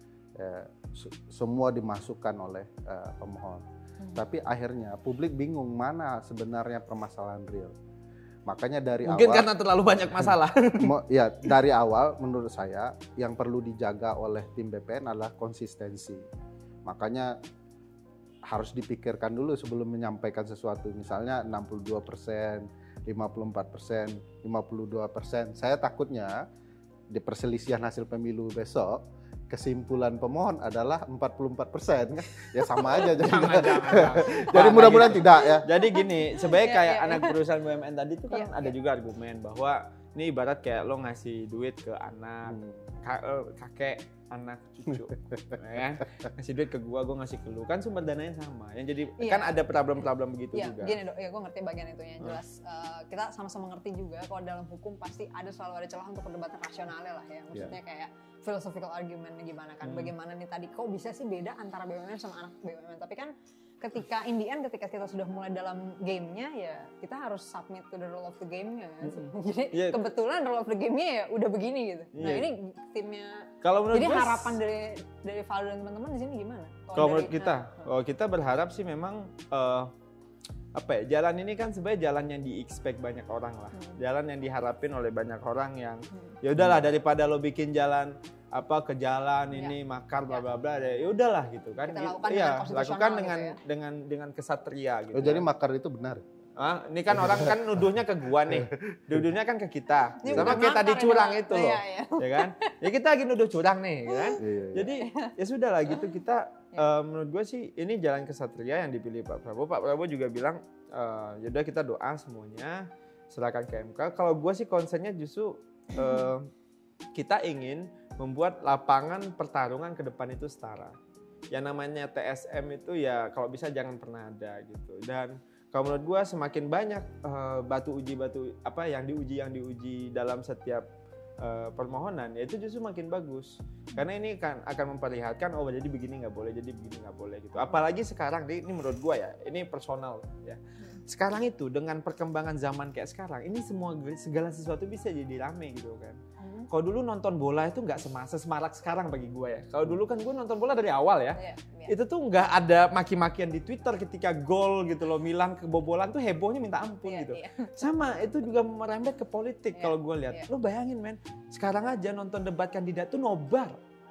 Ya, semua dimasukkan oleh uh, pemohon. Hmm. Tapi akhirnya publik bingung mana sebenarnya permasalahan real. Makanya dari Mungkin awal karena terlalu banyak masalah. Ya, dari awal menurut saya yang perlu dijaga oleh tim B P N adalah konsistensi. Makanya harus dipikirkan dulu sebelum menyampaikan sesuatu. Misalnya enam puluh dua persen, lima puluh empat persen, lima puluh dua persen. Saya takutnya di perselisihan hasil pemilu besok kesimpulan pemohon adalah empat puluh empat persen kan, ya sama aja jadi, jangan, jangan, jangan. jadi mudah-mudahan gitu. Tidak ya. Jadi gini, sebenarnya ya, kayak ya, anak ya. perusahaan B U M N tadi itu kan ya, ada ya. juga argumen bahwa ini ibarat kayak lo ngasih duit ke anak, hmm. kakek, anak, cucu, ya ngasih duit ke gua, gua ngasih ke lu, kan sumber dananya sama. Yang jadi ya. Kan ada problem-problem begitu ya, juga. Gini dok, ya gua ngerti bagian itu ya. Jelas hmm. uh, kita sama-sama ngerti juga kalau dalam hukum pasti ada selalu ada celah untuk perdebatan rasionalnya lah ya. Maksudnya yeah. kayak philosophical argument gimana kan, hmm. bagaimana nih tadi kok bisa sih beda antara B U M N sama anak B U M N, tapi kan ketika in the end ketika kita sudah mulai dalam gamenya ya kita harus submit to the rule of the game-nya kan. Mm-hmm. Jadi yeah. kebetulan rule of the game-nya ya udah begini gitu. Yeah. Nah ini timnya. Kalau menurut jadi gue, harapan dari dari Valdo dan teman-teman di sini gimana? Kalau menurut kita, nah, oh, kita berharap sih memang uh, apa ya, jalan ini kan sebenarnya jalan yang di-expect banyak orang lah. Hmm. Jalan yang diharapin oleh banyak orang yang hmm. ya udahlah daripada lo bikin jalan apa ke jalan ya. Ini makar bla bla bla ya udahlah gitu kan. Kita lakukan ya, dengan lakukan dengan gitu ya. dengan dengan kesatria gitu. Oh, jadi makar itu benar. Ah, ini kan orang kan nuduhnya ke gua nih. Nuduhnya kan ke kita. Ini sama kayak tadi curang ya, itu loh. Iya, iya. Ya kan? Ya kita lagi nuduh curang nih, kan? Iya, iya. Jadi ya sudah lah gitu kita uh, menurut gue sih ini jalan kesatria yang dipilih Pak Prabowo. Pak Prabowo juga bilang uh, ya udah kita doa semuanya serahkan ke M K. Kalau gue sih concernnya justru uh, kita ingin membuat lapangan pertarungan ke depan itu setara. Yang namanya T S M itu ya kalau bisa jangan pernah ada gitu. Dan Kalau menurut gue semakin banyak uh, batu uji batu apa yang diuji yang diuji dalam setiap uh, permohonan, ya itu justru makin bagus. Karena ini kan akan memperlihatkan oh jadi begini nggak boleh, jadi begini nggak boleh gitu. Apalagi sekarang, ini menurut gue ya, ini personal ya. Sekarang itu dengan perkembangan zaman kayak sekarang, ini semua segala sesuatu bisa jadi rame gitu kan. Kalau dulu nonton bola itu nggak semarak sekarang bagi gue ya. Kalau dulu kan gue nonton bola dari awal ya. Yeah, yeah. Itu tuh nggak ada maki-makian di Twitter ketika gol gitu loh. Milan kebobolan tuh hebohnya minta ampun yeah, gitu. Yeah. Sama itu juga merembet ke politik yeah, kalau gue lihat. Yeah. Lo bayangin men, sekarang aja nonton debat kandidat tuh nobar.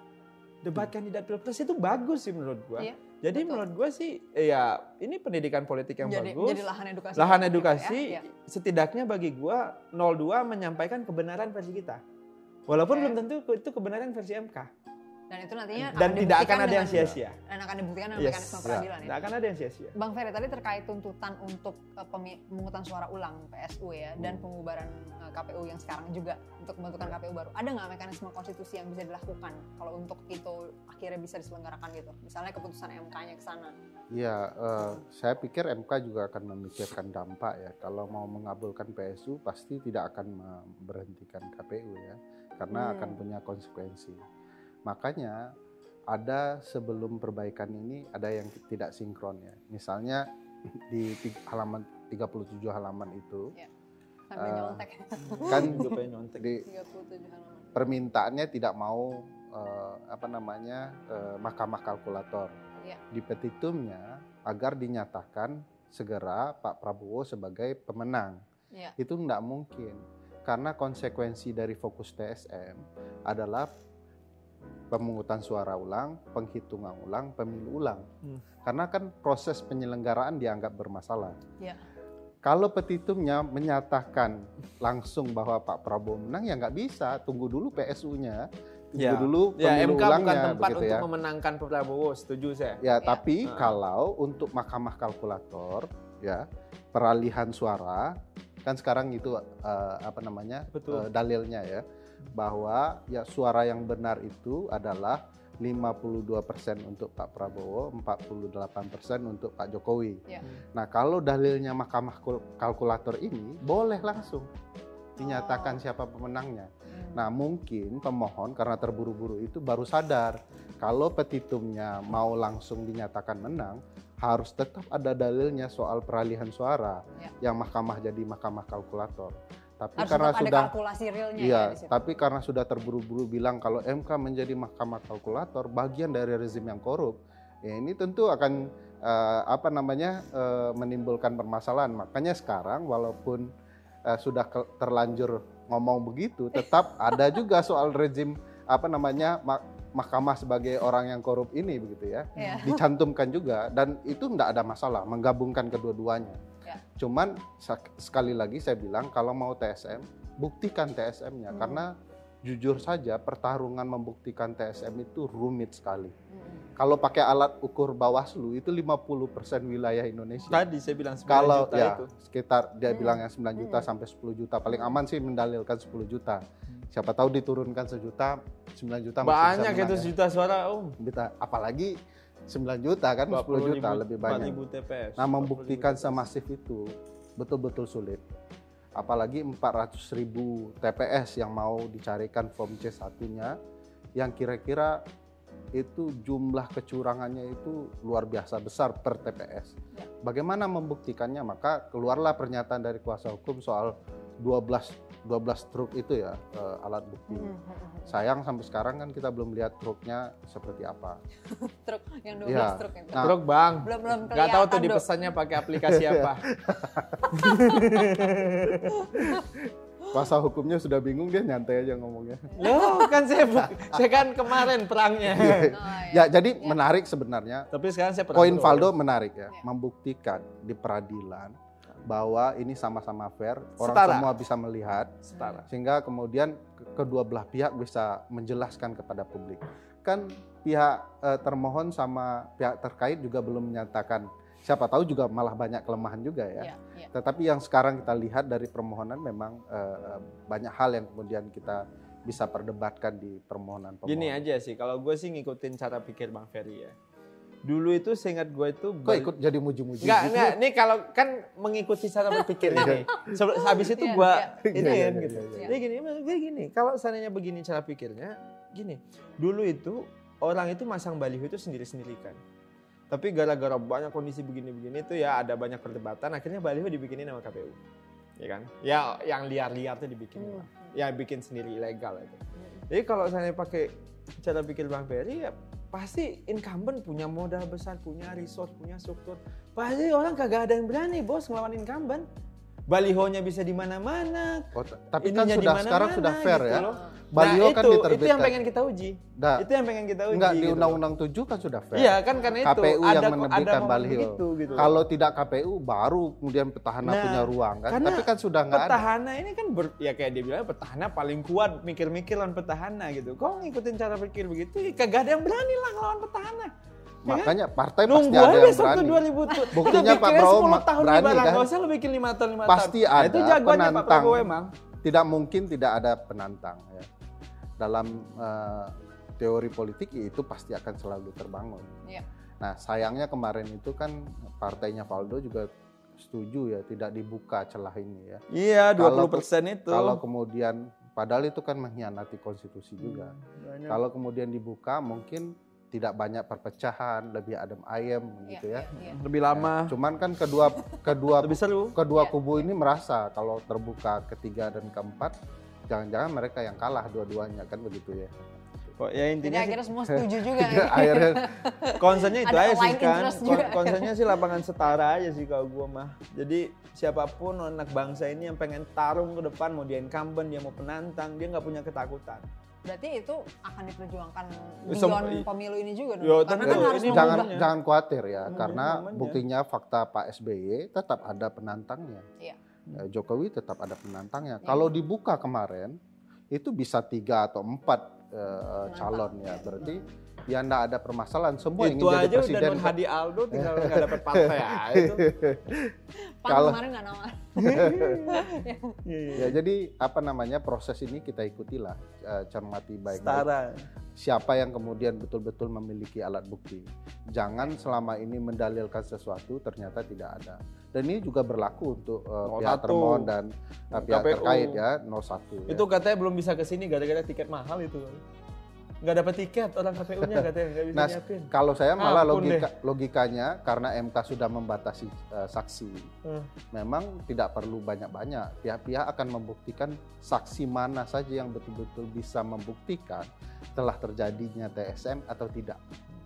Debat hmm. kandidat pilpres itu bagus sih menurut gue. Yeah, jadi betul. Menurut gue sih ya ini pendidikan politik yang jadi, bagus. Jadi lahan edukasi. Lahan edukasi ya? Yeah. Setidaknya bagi gue nol dua menyampaikan kebenaran versi kita. Walaupun okay. belum tentu itu kebenaran versi M K. Dan itu nantinya dan akan tidak akan ada yang sia-sia. Dan akan dibuktikan dengan yes. mekanisme peradilan ya. Tidak akan ada yang sia-sia. Bang Ferry tadi terkait tuntutan untuk uh, pemungutan suara ulang P S U ya hmm. dan pembubaran uh, K P U yang sekarang juga untuk pembentukan K P U baru. Ada nggak mekanisme konstitusi yang bisa dilakukan kalau untuk itu akhirnya bisa diselenggarakan gitu? Misalnya keputusan M K-nya ke sana. Iya, uh, saya pikir M K juga akan memikirkan dampak ya. Kalau mau mengabulkan P S U pasti tidak akan memberhentikan K P U ya. Karena hmm. akan punya konsekuensi. Makanya ada sebelum perbaikan ini ada yang tidak sinkron ya. Misalnya di halaman tiga puluh tujuh halaman itu ya, sambil uh, nyontek. Kan di permintaannya tidak mau uh, apa namanya uh, mahkamah kalkulator. Ya. Di petitumnya agar dinyatakan segera Pak Prabowo sebagai pemenang. Ya. Itu tidak mungkin karena konsekuensi dari fokus T S M adalah pemungutan suara ulang, penghitungan ulang, pemilu ulang. Hmm. Karena kan proses penyelenggaraan dianggap bermasalah. Ya. Kalau petitumnya menyatakan langsung bahwa Pak Prabowo menang, ya nggak bisa. Tunggu dulu P S U-nya, tunggu ya. dulu pemilu ya, M K ulangnya. Bukan tempat untuk ya. memenangkan Pak Prabowo, setuju saya. Ya, ya. Tapi uh. kalau untuk mahkamah kalkulator, ya peralihan suara, kan sekarang itu uh, apa namanya uh, dalilnya ya. Bahwa ya suara yang benar itu adalah lima puluh dua persen untuk Pak Prabowo, empat puluh delapan persen untuk Pak Jokowi. Ya. Nah, kalau dalilnya mahkamah kalkulator ini boleh langsung dinyatakan oh. siapa pemenangnya. Hmm. Nah, mungkin pemohon karena terburu-buru itu baru sadar kalau petitumnya mau langsung dinyatakan menang, harus tetap ada dalilnya soal peralihan suara ya. Yang mahkamah jadi mahkamah kalkulator. Tapi harus karena ada sudah kalkulasi realnya iya, ya di situ. Tapi karena sudah terburu-buru bilang kalau M K menjadi mahkamah kalkulator bagian dari rezim yang korup, ya ini tentu akan uh, apa namanya uh, menimbulkan permasalahan. Makanya sekarang walaupun uh, sudah ke, terlanjur ngomong begitu, tetap ada juga soal rezim apa namanya mak, mahkamah sebagai orang yang korup ini begitu ya, yeah. dicantumkan juga dan itu tidak ada masalah menggabungkan kedua-duanya. Ya. Cuman sekali lagi saya bilang kalau mau T S M buktikan T S M-nya hmm. karena jujur saja pertarungan membuktikan T S M itu rumit sekali. Hmm. Kalau pakai alat ukur Bawaslu itu lima puluh persen wilayah Indonesia. Tadi saya bilang sembilan kalau, juta ya, itu. Sekitar dia hmm. bilang yang sembilan juta hmm. sampai sepuluh juta paling aman sih mendalilkan sepuluh juta. Siapa tahu diturunkan sejuta, sembilan juta banyak masih itu sejuta suara Om. Oh. Apalagi sembilan juta kan, sepuluh juta lebih banyak. T P S, nah, membuktikan semasif itu betul-betul sulit. Apalagi empat ratus ribu T P S yang mau dicarikan form C satu-nya yang kira-kira itu jumlah kecurangannya itu luar biasa besar per T P S. Ya. Bagaimana membuktikannya? Maka keluarlah pernyataan dari kuasa hukum soal dua belas truk itu ya, uh, alat bukti. Hmm. Sayang sampai sekarang kan kita belum lihat truknya seperti apa. Truk yang dua belas ya. Truk itu. Nah, truk Bang. Belum belum kelihatan. Gak tahu tuh dipesannya pakai aplikasi apa. Kuasa hukumnya sudah bingung, dia nyantai aja ngomongnya. Loh, kan saya saya kan kemarin perangnya. Oh, ya. ya, jadi ya. Menarik sebenarnya. Tapi sekarang saya poin Valdo menarik ya, ya, membuktikan di peradilan bahwa ini sama-sama fair, orang Setara. semua bisa melihat, Setara. sehingga kemudian kedua belah pihak bisa menjelaskan kepada publik. Kan pihak eh, termohon sama pihak terkait juga belum menyatakan, siapa tahu juga malah banyak kelemahan juga ya. Ya, ya. Tetapi yang sekarang kita lihat dari permohonan memang eh, banyak hal yang kemudian kita bisa perdebatkan di permohonan pemohon. Gini aja sih, kalau gue sih ngikutin cara pikir Bang Ferry ya. Dulu itu seingat gue itu kok ikut jadi muji-muji enggak, gitu? enggak, ini kalau kan mengikuti cara berpikir ini. Habis itu gue ini Iya, iya, gitu. iya, iya. Jadi gini, jadi gini, kalau seandainya begini cara pikirnya, gini. Dulu itu orang itu masang baliho itu sendiri-sendiri kan. Tapi gara-gara banyak kondisi begini-begini itu ya ada banyak perdebatan, akhirnya baliho dibikinin sama K P U. Ya kan? Ya yang liar-liar tuh dibikin hmm. lah. Ya bikin sendiri ilegal itu. Hmm. Jadi kalau saya pakai cara pikir Bang Ferry ya pasti incumbent punya modal besar, punya resource, punya struktur. Pasti orang kagak ada yang berani bos ngelawan incumbent. Balihonya bisa di mana-mana. Oh, tapi kan sudah sekarang sudah fair gitu ya. Loh. nah, Baliho itu, kan diterbitkan. Itu yang pengen kita uji. Nah, itu yang pengen kita uji. Enggak, di gitu. Undang-Undang tujuh kan sudah fair. Iya kan karena itu. K P U ada, yang menerbitkan baliho. Begitu, gitu. Kalau tidak K P U baru kemudian petahana nah, punya ruang kan. Tapi kan sudah nggak ada. Petahana ini kan ber, ya kayak dia bilang petahana paling kuat mikir-mikir lawan petahana gitu. Kok ngikutin cara pikir begitu? Ya, kagak ada yang berani lah lawan petahana. Makanya partai nunggu pasti ada yang berani. dua ribu tuh. Buktinya Pak Prabowo berani kan. Gak usah lu bikin lima tahun lima pasti tahun. Pasti ada nah, itu jagoannya penantang. Pak Prabowo emang. Tidak mungkin tidak ada penantang ya. Dalam uh, teori politik itu pasti akan selalu terbangun. Ya. Nah sayangnya kemarin itu kan partainya Valdo juga setuju ya tidak dibuka celah ini ya. Iya dua puluh persen itu. Kalau kemudian padahal itu kan mengkhianati konstitusi juga. Hmm, kalau kemudian dibuka mungkin tidak banyak perpecahan, lebih adem ayem gitu ya. ya, ya. Lebih lama. Ya, cuman kan kedua kedua lebih seru. kedua ya. kubu ini merasa kalau terbuka ketiga dan keempat, jangan-jangan mereka yang kalah dua-duanya kan begitu ya. Oh, ya intinya jadi akhirnya semua setuju juga. Akhirnya concernnya itu aja sih kan. Concernnya sih lapangan setara aja sih kalau gua mah. Jadi siapapun anak bangsa ini yang pengen tarung ke depan, mau dia incumbent, dia mau penantang, dia nggak punya ketakutan. Berarti itu akan diperjuangkan beyond pemilu ini juga dong? Yo, karena kan harus ini jangan jangan khawatir ya, hmm, karena momennya. buktinya fakta Pak S B Y tetap ada penantangnya. Iya. Jokowi tetap ada penantangnya. Ya. Kalau dibuka kemarin itu bisa tiga atau empat uh, calon ya, berarti ya enggak ada permasalahan, semua itu ingin jadi presiden. Itu aja udah Hadi Aldo tinggal nggak dapat partai ya itu. Kalau kemarin nggak nawar. Ya jadi apa namanya proses ini kita ikutilah, uh, cermati baik-baik. Siapa yang kemudian betul-betul memiliki alat bukti. Jangan selama ini mendalilkan sesuatu ternyata tidak ada. Dan ini juga berlaku untuk uh, pihak termohon dan uh, pihak K P U terkait ya nol satu. Itu ya. Katanya belum bisa ke sini gara-gara tiket mahal itu. Nggak dapat tiket orang K P U-nya katanya nggak bisa nah, nyiapin. Kalau saya malah ah, logika, logikanya karena M K sudah membatasi uh, saksi, hmm. memang tidak perlu banyak-banyak. Pihak-pihak akan membuktikan saksi mana saja yang betul-betul bisa membuktikan telah terjadinya T S M atau tidak.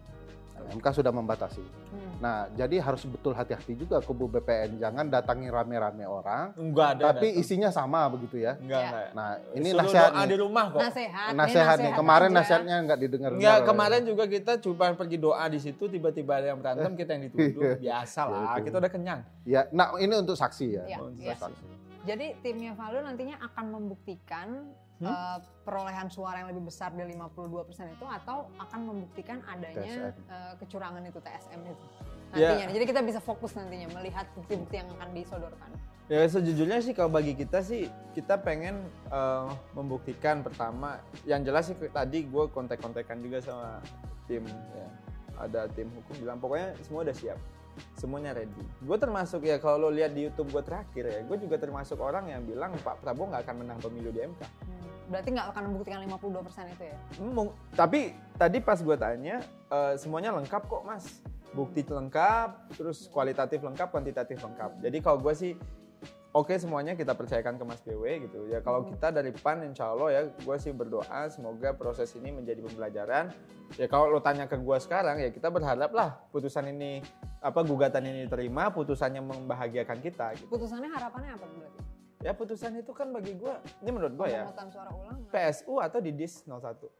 Nah, M K sudah membatasi. Hmm. Nah, jadi harus betul hati-hati juga kubu B P N, jangan datangi rame-rame orang. Enggak ada. Tapi datang. isinya sama begitu ya. Enggak, ya. enggak. Nah, ini Suruh nasihat doa nih. di rumah kok. Nasihat. Nasihat nih. Kemarin aja. Nasihatnya enggak didengar. Enggak, kemarin juga kita cuma pergi doa di situ, tiba-tiba ada yang berantem, kita yang dituduh. Biasa lah, kita udah kenyang. Ya, nah ini untuk saksi ya. ya, untuk ya. saksi. Jadi timnya Valdo nantinya akan membuktikan Hmm? Uh, perolehan suara yang lebih besar dari lima puluh dua persen itu atau akan membuktikan adanya uh, kecurangan itu T S M itu nantinya. Yeah. Jadi kita bisa fokus nantinya melihat bukti-bukti yang akan disodorkan. Ya sejujurnya sih kalau bagi kita sih kita pengen uh, membuktikan pertama yang jelas sih tadi gue kontak-kontakan juga sama tim ya. Ada tim hukum bilang pokoknya semua udah siap. Semuanya ready. Gue termasuk ya kalau lo lihat di YouTube gue terakhir ya, gue juga termasuk orang yang bilang Pak Prabowo nggak akan menang pemilu di M K. Hmm. Berarti nggak akan membuktikan lima puluh dua persen itu ya? Hmm, tapi tadi pas gue tanya uh, semuanya lengkap kok mas, bukti lengkap, terus kualitatif lengkap, kuantitatif lengkap. Jadi kalau gue sih oke okay, semuanya kita percayakan ke Mas B W gitu ya. Kalau kita dari P A N insya Allah ya, gue sih berdoa semoga proses ini menjadi pembelajaran. Ya kalau lo tanya ke gue sekarang ya kita berharap lah putusan ini apa gugatan ini diterima, putusannya membahagiakan kita. Gitu. Putusannya harapannya apa berarti? Ya putusan itu kan bagi gue, ini menurut gue ya, suara ulang, P S U atau di D I S nol satu.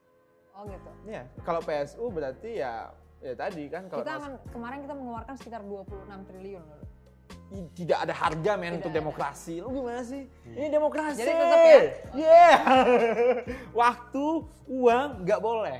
Oh gitu? Iya, kalau P S U berarti ya, ya tadi kan. Kalau kita akan, kemarin kita mengeluarkan sekitar dua puluh enam triliun loh. Tidak ada harga men untuk demokrasi. Lu gimana sih? Hmm. Ini demokrasi. Jadi tetap ya. Yeah. Waktu, uang nggak boleh.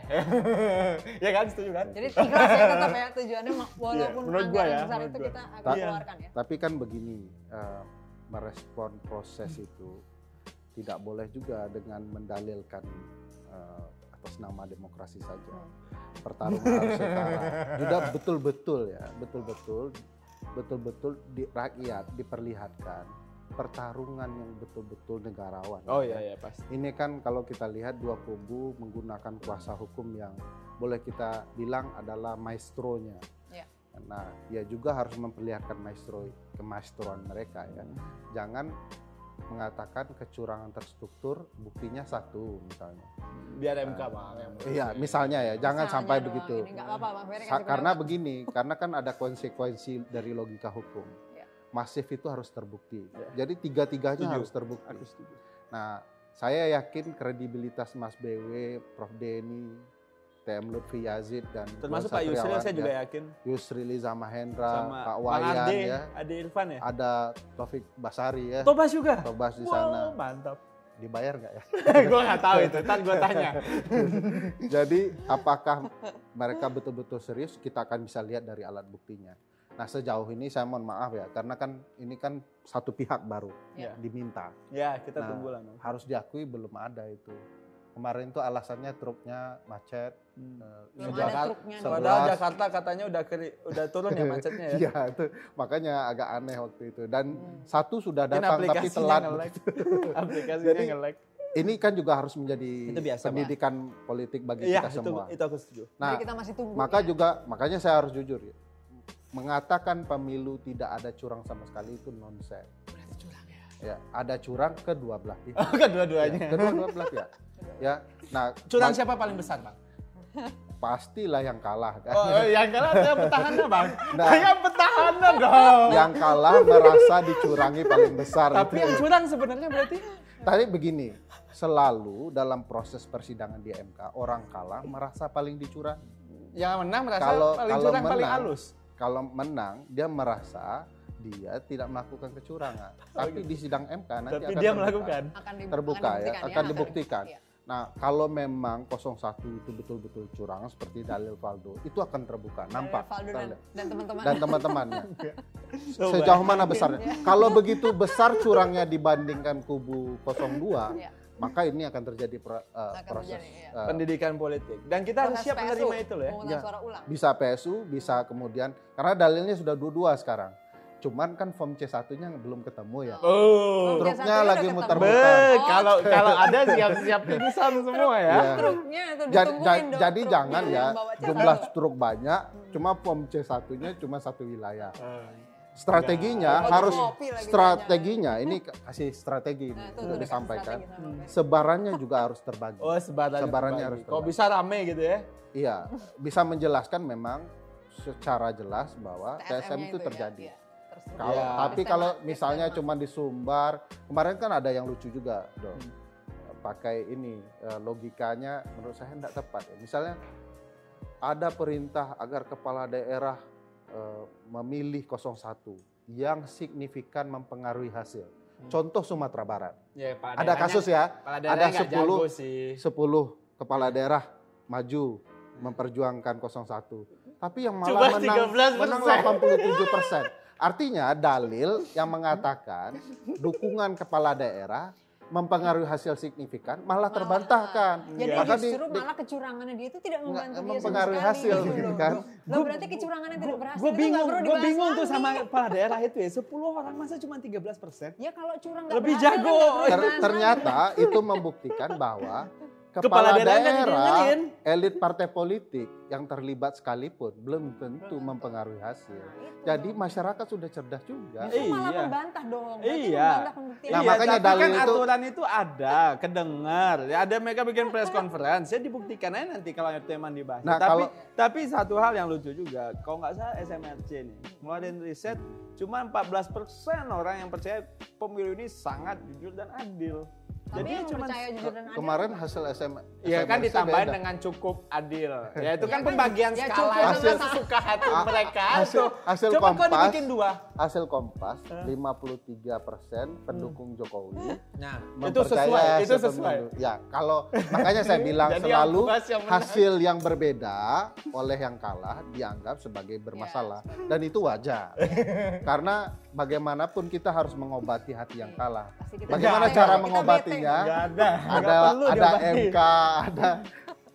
Ya kan, setuju kan? Jadi ikhlas ya tetap ya tujuannya walaupun yeah, anggaran ya, besar itu kita akan keluarkan ya. Tapi kan begini, uh, merespon proses hmm. itu tidak boleh juga dengan mendalilkan uh, atas nama demokrasi saja. Pertarungan harus setara. Juga betul-betul ya, betul-betul, betul-betul di rakyat diperlihatkan pertarungan yang betul-betul negarawan. Oh iya iya pasti. Ini kan kalau kita lihat dua kubu menggunakan kuasa hukum yang boleh kita bilang adalah maestronya. Ya. Nah, ya juga harus memperlihatkan maestro kemaestroan mereka ya. Jangan mengatakan kecurangan terstruktur, buktinya satu misalnya. Biar M K bang. Iya, misalnya ya, jangan Misalnya sampai doang, begitu. ini nggak apa-apa, Bang Ferry Sa- kasih karena pendapat. begini, karena kan ada konsekuensi dari logika hukum. Ya. Masif itu harus terbukti. Ya. Jadi tiga-tiganya Setuju. harus terbukti. Aku setuju. Nah, saya yakin kredibilitas Mas B W, Prof Denny, T M Lutfi Yazid dan Termasuk Dua Pak Yusril Satriawan, saya juga ya. yakin. Yusril Iza Mahendra, Sama Pak Bang Wayan Ade, ya. Ade Irfan ya. Ada Taufik Basari ya. Tobas juga. Tobas di Wow, sana. mantap. Dibayar nggak ya? Gue nggak tahu itu, ntar gue tanya. Jadi apakah mereka betul-betul serius? Kita akan bisa lihat dari alat buktinya. Nah sejauh ini saya mohon maaf ya, karena kan ini kan satu pihak baru Ya. diminta. Ya kita Nah, tunggu lah. Bang. Harus diakui belum ada itu. Kemarin tuh alasannya truknya macet. Hmm. eh, Belum sudah- ada truknya. sebelas. Padahal Jakarta katanya udah keri, udah turun ya macetnya ya. Iya itu makanya agak aneh waktu itu. Dan Hmm. satu sudah Mungkin datang tapi aplikasinya telat. nge-lag. Aplikasinya Jadi, nge-lag. Ini kan juga harus menjadi Itu biasa, pendidikan politik bagi Iya kita itu, semua. itu aku setuju. Nah, Jadi kita masih tunggu. maka ya. juga makanya saya harus jujur ya. Mengatakan pemilu tidak ada curang sama sekali itu nonsens. Berarti curang ya. Ya, ada curang kedua belah pihak. Oh kedua-duanya. Ya, kedua belah pihak. Ya, nah Curang bag- siapa paling besar bang? pastilah yang kalah kan. Oh yang kalah saya petahana bang. Nah. Yang petahana dong. Yang kalah merasa dicurangi paling besar. Tapi itu. yang curang sebenarnya berarti? Tapi begini, selalu dalam proses persidangan di M K orang kalah merasa paling dicurangi. Yang menang merasa Kalau paling kalau curang paling menang, halus. kalau menang dia merasa dia tidak melakukan kecurangan. Tapi di sidang M K nanti Tapi akan dia terbuka. melakukan. akan di- terbuka ya, dibuktikan akan dibuktikan. Iya. Nah, kalau memang nol satu itu betul-betul curang seperti dalil Valdo, itu akan terbuka, nampak. Valdo dan, dan teman-teman. Dan teman-temannya. Coba. Sejauh mana besarnya? Kalau begitu besar curangnya dibandingkan kubu nol dua, Iya. maka ini akan terjadi pro- uh, Akan proses terjadi, iya. uh, Pendidikan politik. Dan kita harus Proses siap P S U, menerima itu loh ya. pemungutan Ya. suara ulang. bisa P S U, bisa kemudian karena dalilnya sudah dua-dua sekarang. Cuman kan form C satunya belum ketemu ya. Oh. Form C Truknya satunya lagi udah muter-muter. ketemu. Be, Oh, kalau kalau ada siap-siap pingsan semua ya. Iya. Truknya itu Ja- ja- ditungguin dong, jadi truknya jangan ya yang bawa C jumlah satu. truk banyak, Hmm. cuma form C satunya cuma satu wilayah. Eh. Strateginya Foto harus kopi lagi strateginya ini kasih strategi Nah, ini itu untuk udah disampaikan. strategi sama Bang. Sebarannya juga harus terbagi. Oh sebarannya. Sebarannya terbagi. harus Kok terbagi. bisa rame gitu ya? Iya, bisa menjelaskan memang secara jelas bahwa T S M T S M-nya itu terjadi. Ya, ya, terstruktur. Kalau Iya. tapi Sistema- kalau misalnya sistema. cuma disumbar, kemarin kan ada yang lucu juga, dong. Hmm. Pakai ini eh, logikanya menurut saya tidak tepat. Ya. Misalnya ada perintah agar kepala daerah eh, memilih nol satu yang signifikan mempengaruhi hasil. Contoh Sumatera Barat. Ya, Pak Ada daerahnya- kasus ya, Kepala ada daerahnya nggak sepuluh jago sih. sepuluh kepala daerah maju memperjuangkan nol satu. Tapi yang malah Cuma menang, tiga belas persen. menang delapan puluh tujuh persen. Artinya dalil yang mengatakan dukungan kepala daerah mempengaruhi hasil signifikan malah terbantahkan. Jadi Iya. Maka di- justru di- malah kecurangannya dia itu tidak membantu dia sama mempengaruhi sekali, hasil, gitu loh. kan? Loh, berarti kecurangan yang tidak berhasil Gue itu bingung, nggak perlu gue dibahas bingung tuh lagi. sama kepala daerah itu ya. sepuluh orang masa cuma tiga belas persen? Ya kalau curang nggak Lebih berhasil, jago. kan nggak perlu Ter- dibahas ternyata lagi. itu membuktikan bahwa Kepala kepala daerah nggak daerah, didengerin. elit partai politik yang terlibat sekalipun belum tentu Belum. mempengaruhi hasil. Nah, itu Jadi dong. masyarakat sudah cerdas juga. Justru malah Iya. membantah dong. Berarti Iya. membantah pembuktian. Nah, Iya, makanya tapi dalil kan itu- aturan itu ada, kedengar. Ya, ada mereka bikin press conference, ya dibuktikan aja nanti kalau itu emang dibahas. Nah, tapi kalau- tapi satu hal yang lucu juga, kalau nggak salah S M R C nih, ngeluarin riset cuma empat belas persen orang yang percaya pemilu ini sangat jujur dan adil. Tapi Jadi yang cuma percaya jujur dan adil. Kemarin hasil S M ya kan S M R C ditambahin beda. dengan cukup adil. Ya itu Ya kan kan, pembagian ya skala cukup yang Hasil- sesuka hati Ah, mereka hasil- tuh. hasil Coba kok Kompas. dibikin dua. Hasil Kompas lima puluh tiga persen pendukung Jokowi. Nah, itu mempercaya sesuai, itu hasil sesuai. pemilu. Ya, kalau makanya saya bilang Jadi yang selalu puas yang menang. hasil yang berbeda oleh yang kalah dianggap sebagai bermasalah dan itu wajar. Karena bagaimanapun kita harus mengobati hati yang kalah. Pasti kita Bagaimana bete, cara kita mengobatinya? bete. Nggak ada, nggak Ada perlu ada diobati. M K, ada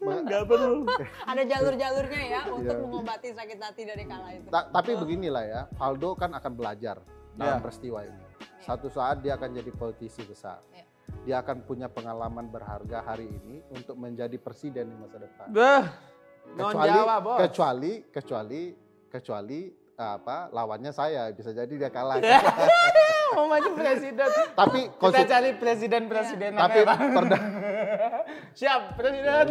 Nggak perlu. Ada jalur-jalurnya ya untuk Iya. mengobati sakit hati dari kala itu. Ta- tapi beginilah ya, Valdo kan akan belajar dalam Ya. peristiwa ini. Satu saat dia akan jadi politisi besar. Ya. Dia akan punya pengalaman berharga hari ini untuk menjadi presiden di masa depan. Bah, non Kecuali, Jawa bos. kecuali, kecuali, kecuali apa lawannya saya, bisa jadi dia kalah. Mau maju presiden. Tapi Kita konstitu- cari presiden-presiden. tapi apa ya, Bang? perda- Siap, presiden.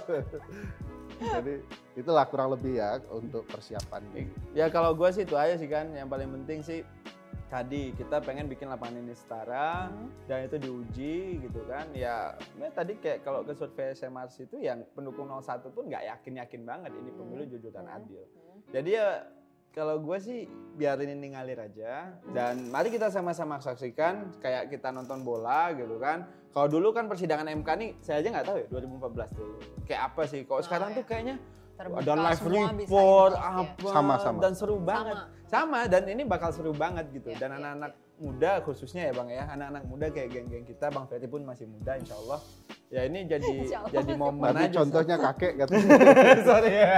Jadi itulah kurang lebih ya untuk persiapan. Ya kalau gue sih itu aja sih kan, yang paling penting sih tadi kita pengen bikin lapangan ini setara Hmm. dan itu diuji gitu kan. Ya, ya tadi kayak kalau ke survei S M R C itu yang pendukung nol satu pun nggak yakin-yakin banget ini pemilu jujur dan adil. Jadi ya kalau gue sih biarin ini ngalir aja dan mari kita sama-sama saksikan kayak kita nonton bola gitu kan. Kalau dulu kan persidangan M K nih saya aja nggak tahu ya dua ribu empat belas tuh kayak apa sih. Kalau Oh, sekarang ya. tuh kayaknya Terbuka, ada live semua bisa report involved, ya. apa Sama-sama. dan seru banget. Sama dan ini bakal seru banget gitu. Ya, dan ya, anak-anak muda khususnya ya Bang ya, anak-anak muda kayak geng-geng kita, Bang Ferry pun masih muda insya Allah. Ya ini jadi Insya Allah jadi masih momen Tadi aja. contohnya kakek katanya. Sorry ya.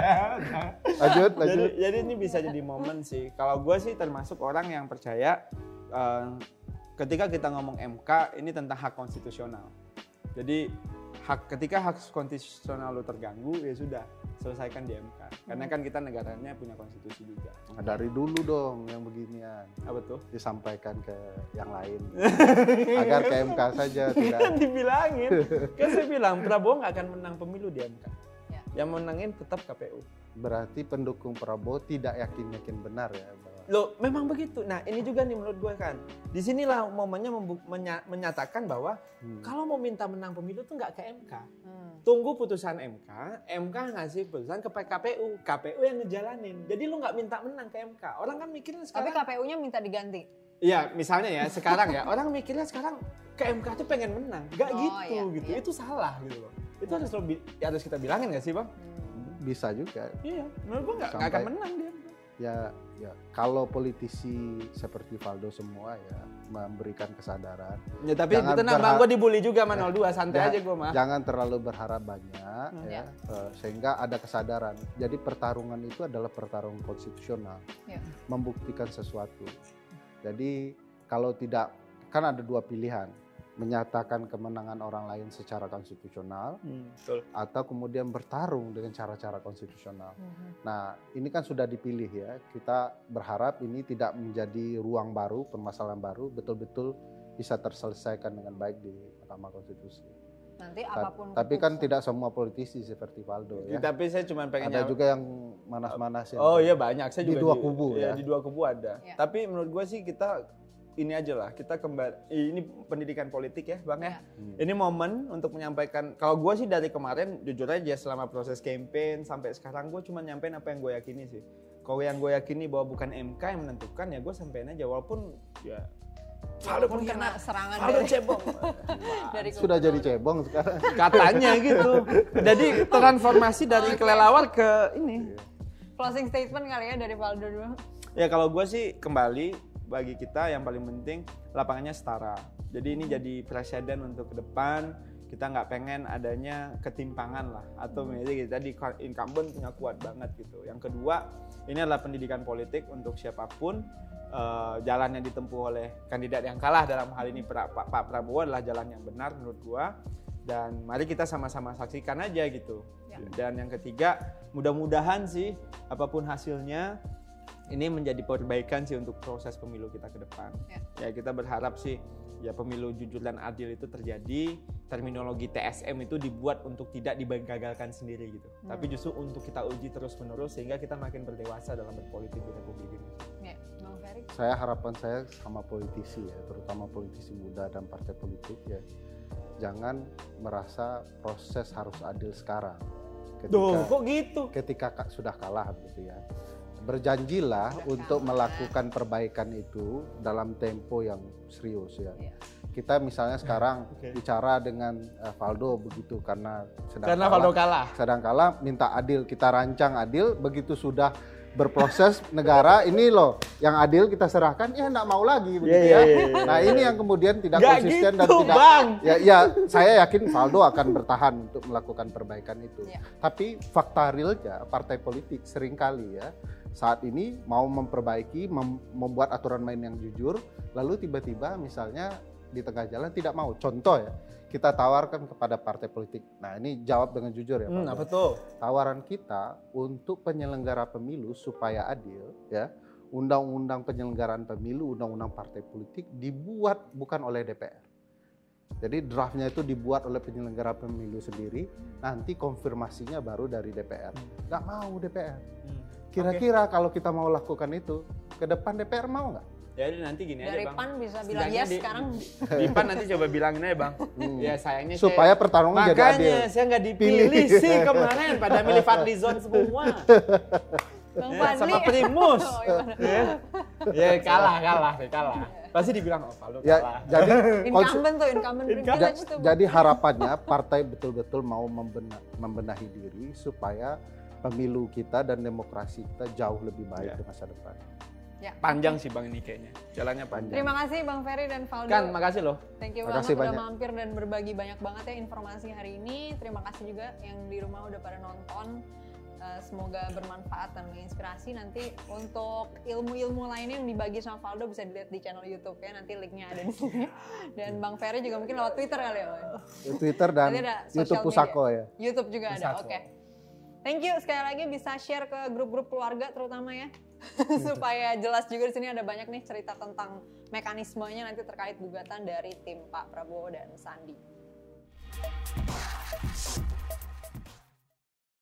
Lanjut, jadi, lanjut. jadi ini bisa jadi momen sih. Kalau gue sih termasuk orang yang percaya eh, ketika kita ngomong M K ini tentang hak konstitusional. Jadi hak ketika hak konstitusional lo terganggu ya sudah selesaikan di M K. Karena kan kita negaranya punya konstitusi juga. Nah, dari dulu dong yang beginian Apa tuh? disampaikan ke yang lain agar ke M K saja tidak. Kan dibilangin. Kan saya bilang Prabowo nggak akan menang pemilu di M K. Ya. Yang menangin tetap K P U. Berarti pendukung Prabowo tidak yakin-yakin benar ya bahwa Loh, memang begitu. Nah, ini juga nih menurut gue kan. Disinilah momennya membu- menya- menyatakan bahwa Hmm. kalau mau minta menang pemilu tuh nggak ke M K. Hmm. Tunggu putusan M K, M K ngasih putusan ke K P U, K P U yang ngejalanin. Jadi lu nggak minta menang ke M K. Orang kan mikirnya Tapi sekarang. K P U-nya minta diganti. Iya, misalnya ya sekarang ya orang mikirnya sekarang ke M K tuh pengen menang. Gak Oh, gitu iya, gitu. iya. Itu salah gitu loh. Itu harus lebih ya harus kita bilangin nggak sih bang? Hmm. bisa juga Iya, menurut gua nggak nggak Sampai- akan menang dia. ya ya kalau politisi seperti Valdo semua ya memberikan kesadaran. Ya tapi Jangan tenang bang, berharap- gue dibully juga sama nol dua, santai Ja- aja gue mah. Jangan terlalu berharap banyak Hmm. ya, eh, sehingga ada kesadaran. Jadi pertarungan itu adalah pertarungan konstitusional, Ya. membuktikan sesuatu. Jadi kalau tidak, kan ada dua pilihan, menyatakan kemenangan orang lain secara konstitusional Hmm, betul. atau kemudian bertarung dengan cara-cara konstitusional. Hmm. Nah, ini kan sudah dipilih ya. Kita berharap ini tidak menjadi ruang baru, permasalahan baru, betul-betul bisa terselesaikan dengan baik di Mahkamah Konstitusi. Nanti Ta- apapun Tapi kan keputusan. tidak semua politisi seperti Valdo ya. Tapi saya cuma pengen Ada nyawa- juga yang manas-manas ya. Oh iya banyak, saya Di juga dua kubu iya, ya. di dua kubu ada. Ya. Tapi menurut gue sih kita ini aja lah, kita kembali ini pendidikan politik ya bang ya. Ya. Hmm. Ini momen untuk menyampaikan. Kalau gue sih dari kemarin jujur aja selama proses campaign sampai sekarang gue cuma nyampein apa yang gue yakini sih. Kalau yang gue yakini bahwa bukan M K yang menentukan ya gue sampein aja walaupun ya. Walaupun kena serangan Valdo dari, cebong. dari Sudah kubu jadi nol. cebong sekarang. Katanya gitu. Jadi transformasi dari kelelawar ke ini. Closing statement kali ya dari Valdo dulu. Ya kalau gue sih kembali bagi kita yang paling penting lapangannya setara. Jadi ini jadi presiden untuk ke depan. Kita nggak pengen adanya ketimpangan lah atau misalnya kita di incumbent punya kuat banget gitu. Yang kedua ini adalah pendidikan politik untuk siapapun. Uh, jalan yang ditempuh oleh kandidat yang kalah dalam hal ini Pak, Pak, Pak Prabowo adalah jalan yang benar menurut gua dan mari kita sama-sama saksikan aja gitu. Ya. Dan yang ketiga mudah-mudahan sih apapun hasilnya ini menjadi perbaikan sih untuk proses pemilu kita ke depan. Ya. Ya kita berharap sih ya pemilu jujur dan adil itu terjadi, terminologi T S M itu dibuat untuk tidak digagalkan sendiri gitu. Hmm. Tapi justru untuk kita uji terus-menerus sehingga kita makin berdewasa dalam berpolitik di Republik ini. Ya, Bang Ferry. Saya harapan saya sama politisi ya, terutama politisi muda dan partai politik ya. Jangan merasa proses harus adil sekarang. Ketika, Duh, kok gitu? ketika ka- sudah kalah gitu ya. Berjanjilah Sudah untuk kalah. melakukan perbaikan itu dalam tempo yang serius ya. Ya. Kita misalnya sekarang Oke. bicara dengan eh, Valdo begitu karena sedang Karena kalah, Valdo kalah. sedang kalah minta adil, kita rancang adil, begitu sudah berproses negara ini loh yang adil kita serahkan, ya nggak mau lagi begitu yeah, ya. yeah, yeah, Nah ini yang kemudian tidak Gak konsisten gitu, dan tidak. Bang. Ya, ya saya yakin Valdo akan bertahan untuk melakukan perbaikan itu. Yeah. Tapi fakta realnya partai politik seringkali ya saat ini mau memperbaiki, mem membuat aturan main yang jujur, lalu tiba-tiba misalnya di tengah jalan tidak mau. Contoh ya, kita tawarkan kepada partai politik. Nah ini jawab dengan jujur ya Pak. Hmm, apa tuh? Tawaran kita untuk penyelenggara pemilu supaya adil ya, undang-undang penyelenggaraan pemilu, undang-undang partai politik dibuat bukan oleh D P R. Jadi draftnya itu dibuat oleh penyelenggara pemilu sendiri, nanti konfirmasinya baru dari D P R. Nggak mau D P R. Kira-kira okay. kalau kita mau lakukan itu, ke depan D P R mau nggak? Jadi nanti gini dari aja Bang. Pan bisa bilang yes di, sekarang. Di Pan nanti coba bilangin aja Bang. Hmm. Ya sayangnya supaya saya, pertarungan jadi adil. Makanya saya nggak dipilih sih kemarin pada milih Fadlizon semua. Bang ya, Fadli. sama Primus. Oh, ya. ya kalah kalah kalah. Pasti dibilang oh Valdo ya, kalah. Jadi incumbent tuh incumbent privilege tuh. Jadi harapannya partai betul-betul mau membenah, membenahi diri supaya pemilu kita dan demokrasi kita jauh lebih baik ya. di masa depan. Ya. Panjang sih Bang ini kayaknya, jalannya panjang. Terima kasih Bang Ferry dan Valdo. Kan, makasih loh. Thank you Makasih banget udah banyak. mampir dan berbagi banyak banget ya informasi hari ini. Terima kasih juga yang di rumah udah pada nonton. Uh, semoga bermanfaat dan menginspirasi. Nanti untuk ilmu-ilmu lainnya yang dibagi sama Valdo bisa dilihat di channel YouTube ya. Nanti linknya ada di sini. Dan Bang Ferry juga mungkin lewat Twitter kali ya. Twitter dan YouTube Pusako ya. YouTube juga Pusako. ada. Oke. Okay. Thank you sekali lagi bisa share ke grup-grup keluarga terutama ya. Supaya jelas juga di sini ada banyak nih cerita tentang mekanismenya nanti terkait gugatan dari tim Pak Prabowo dan Sandi.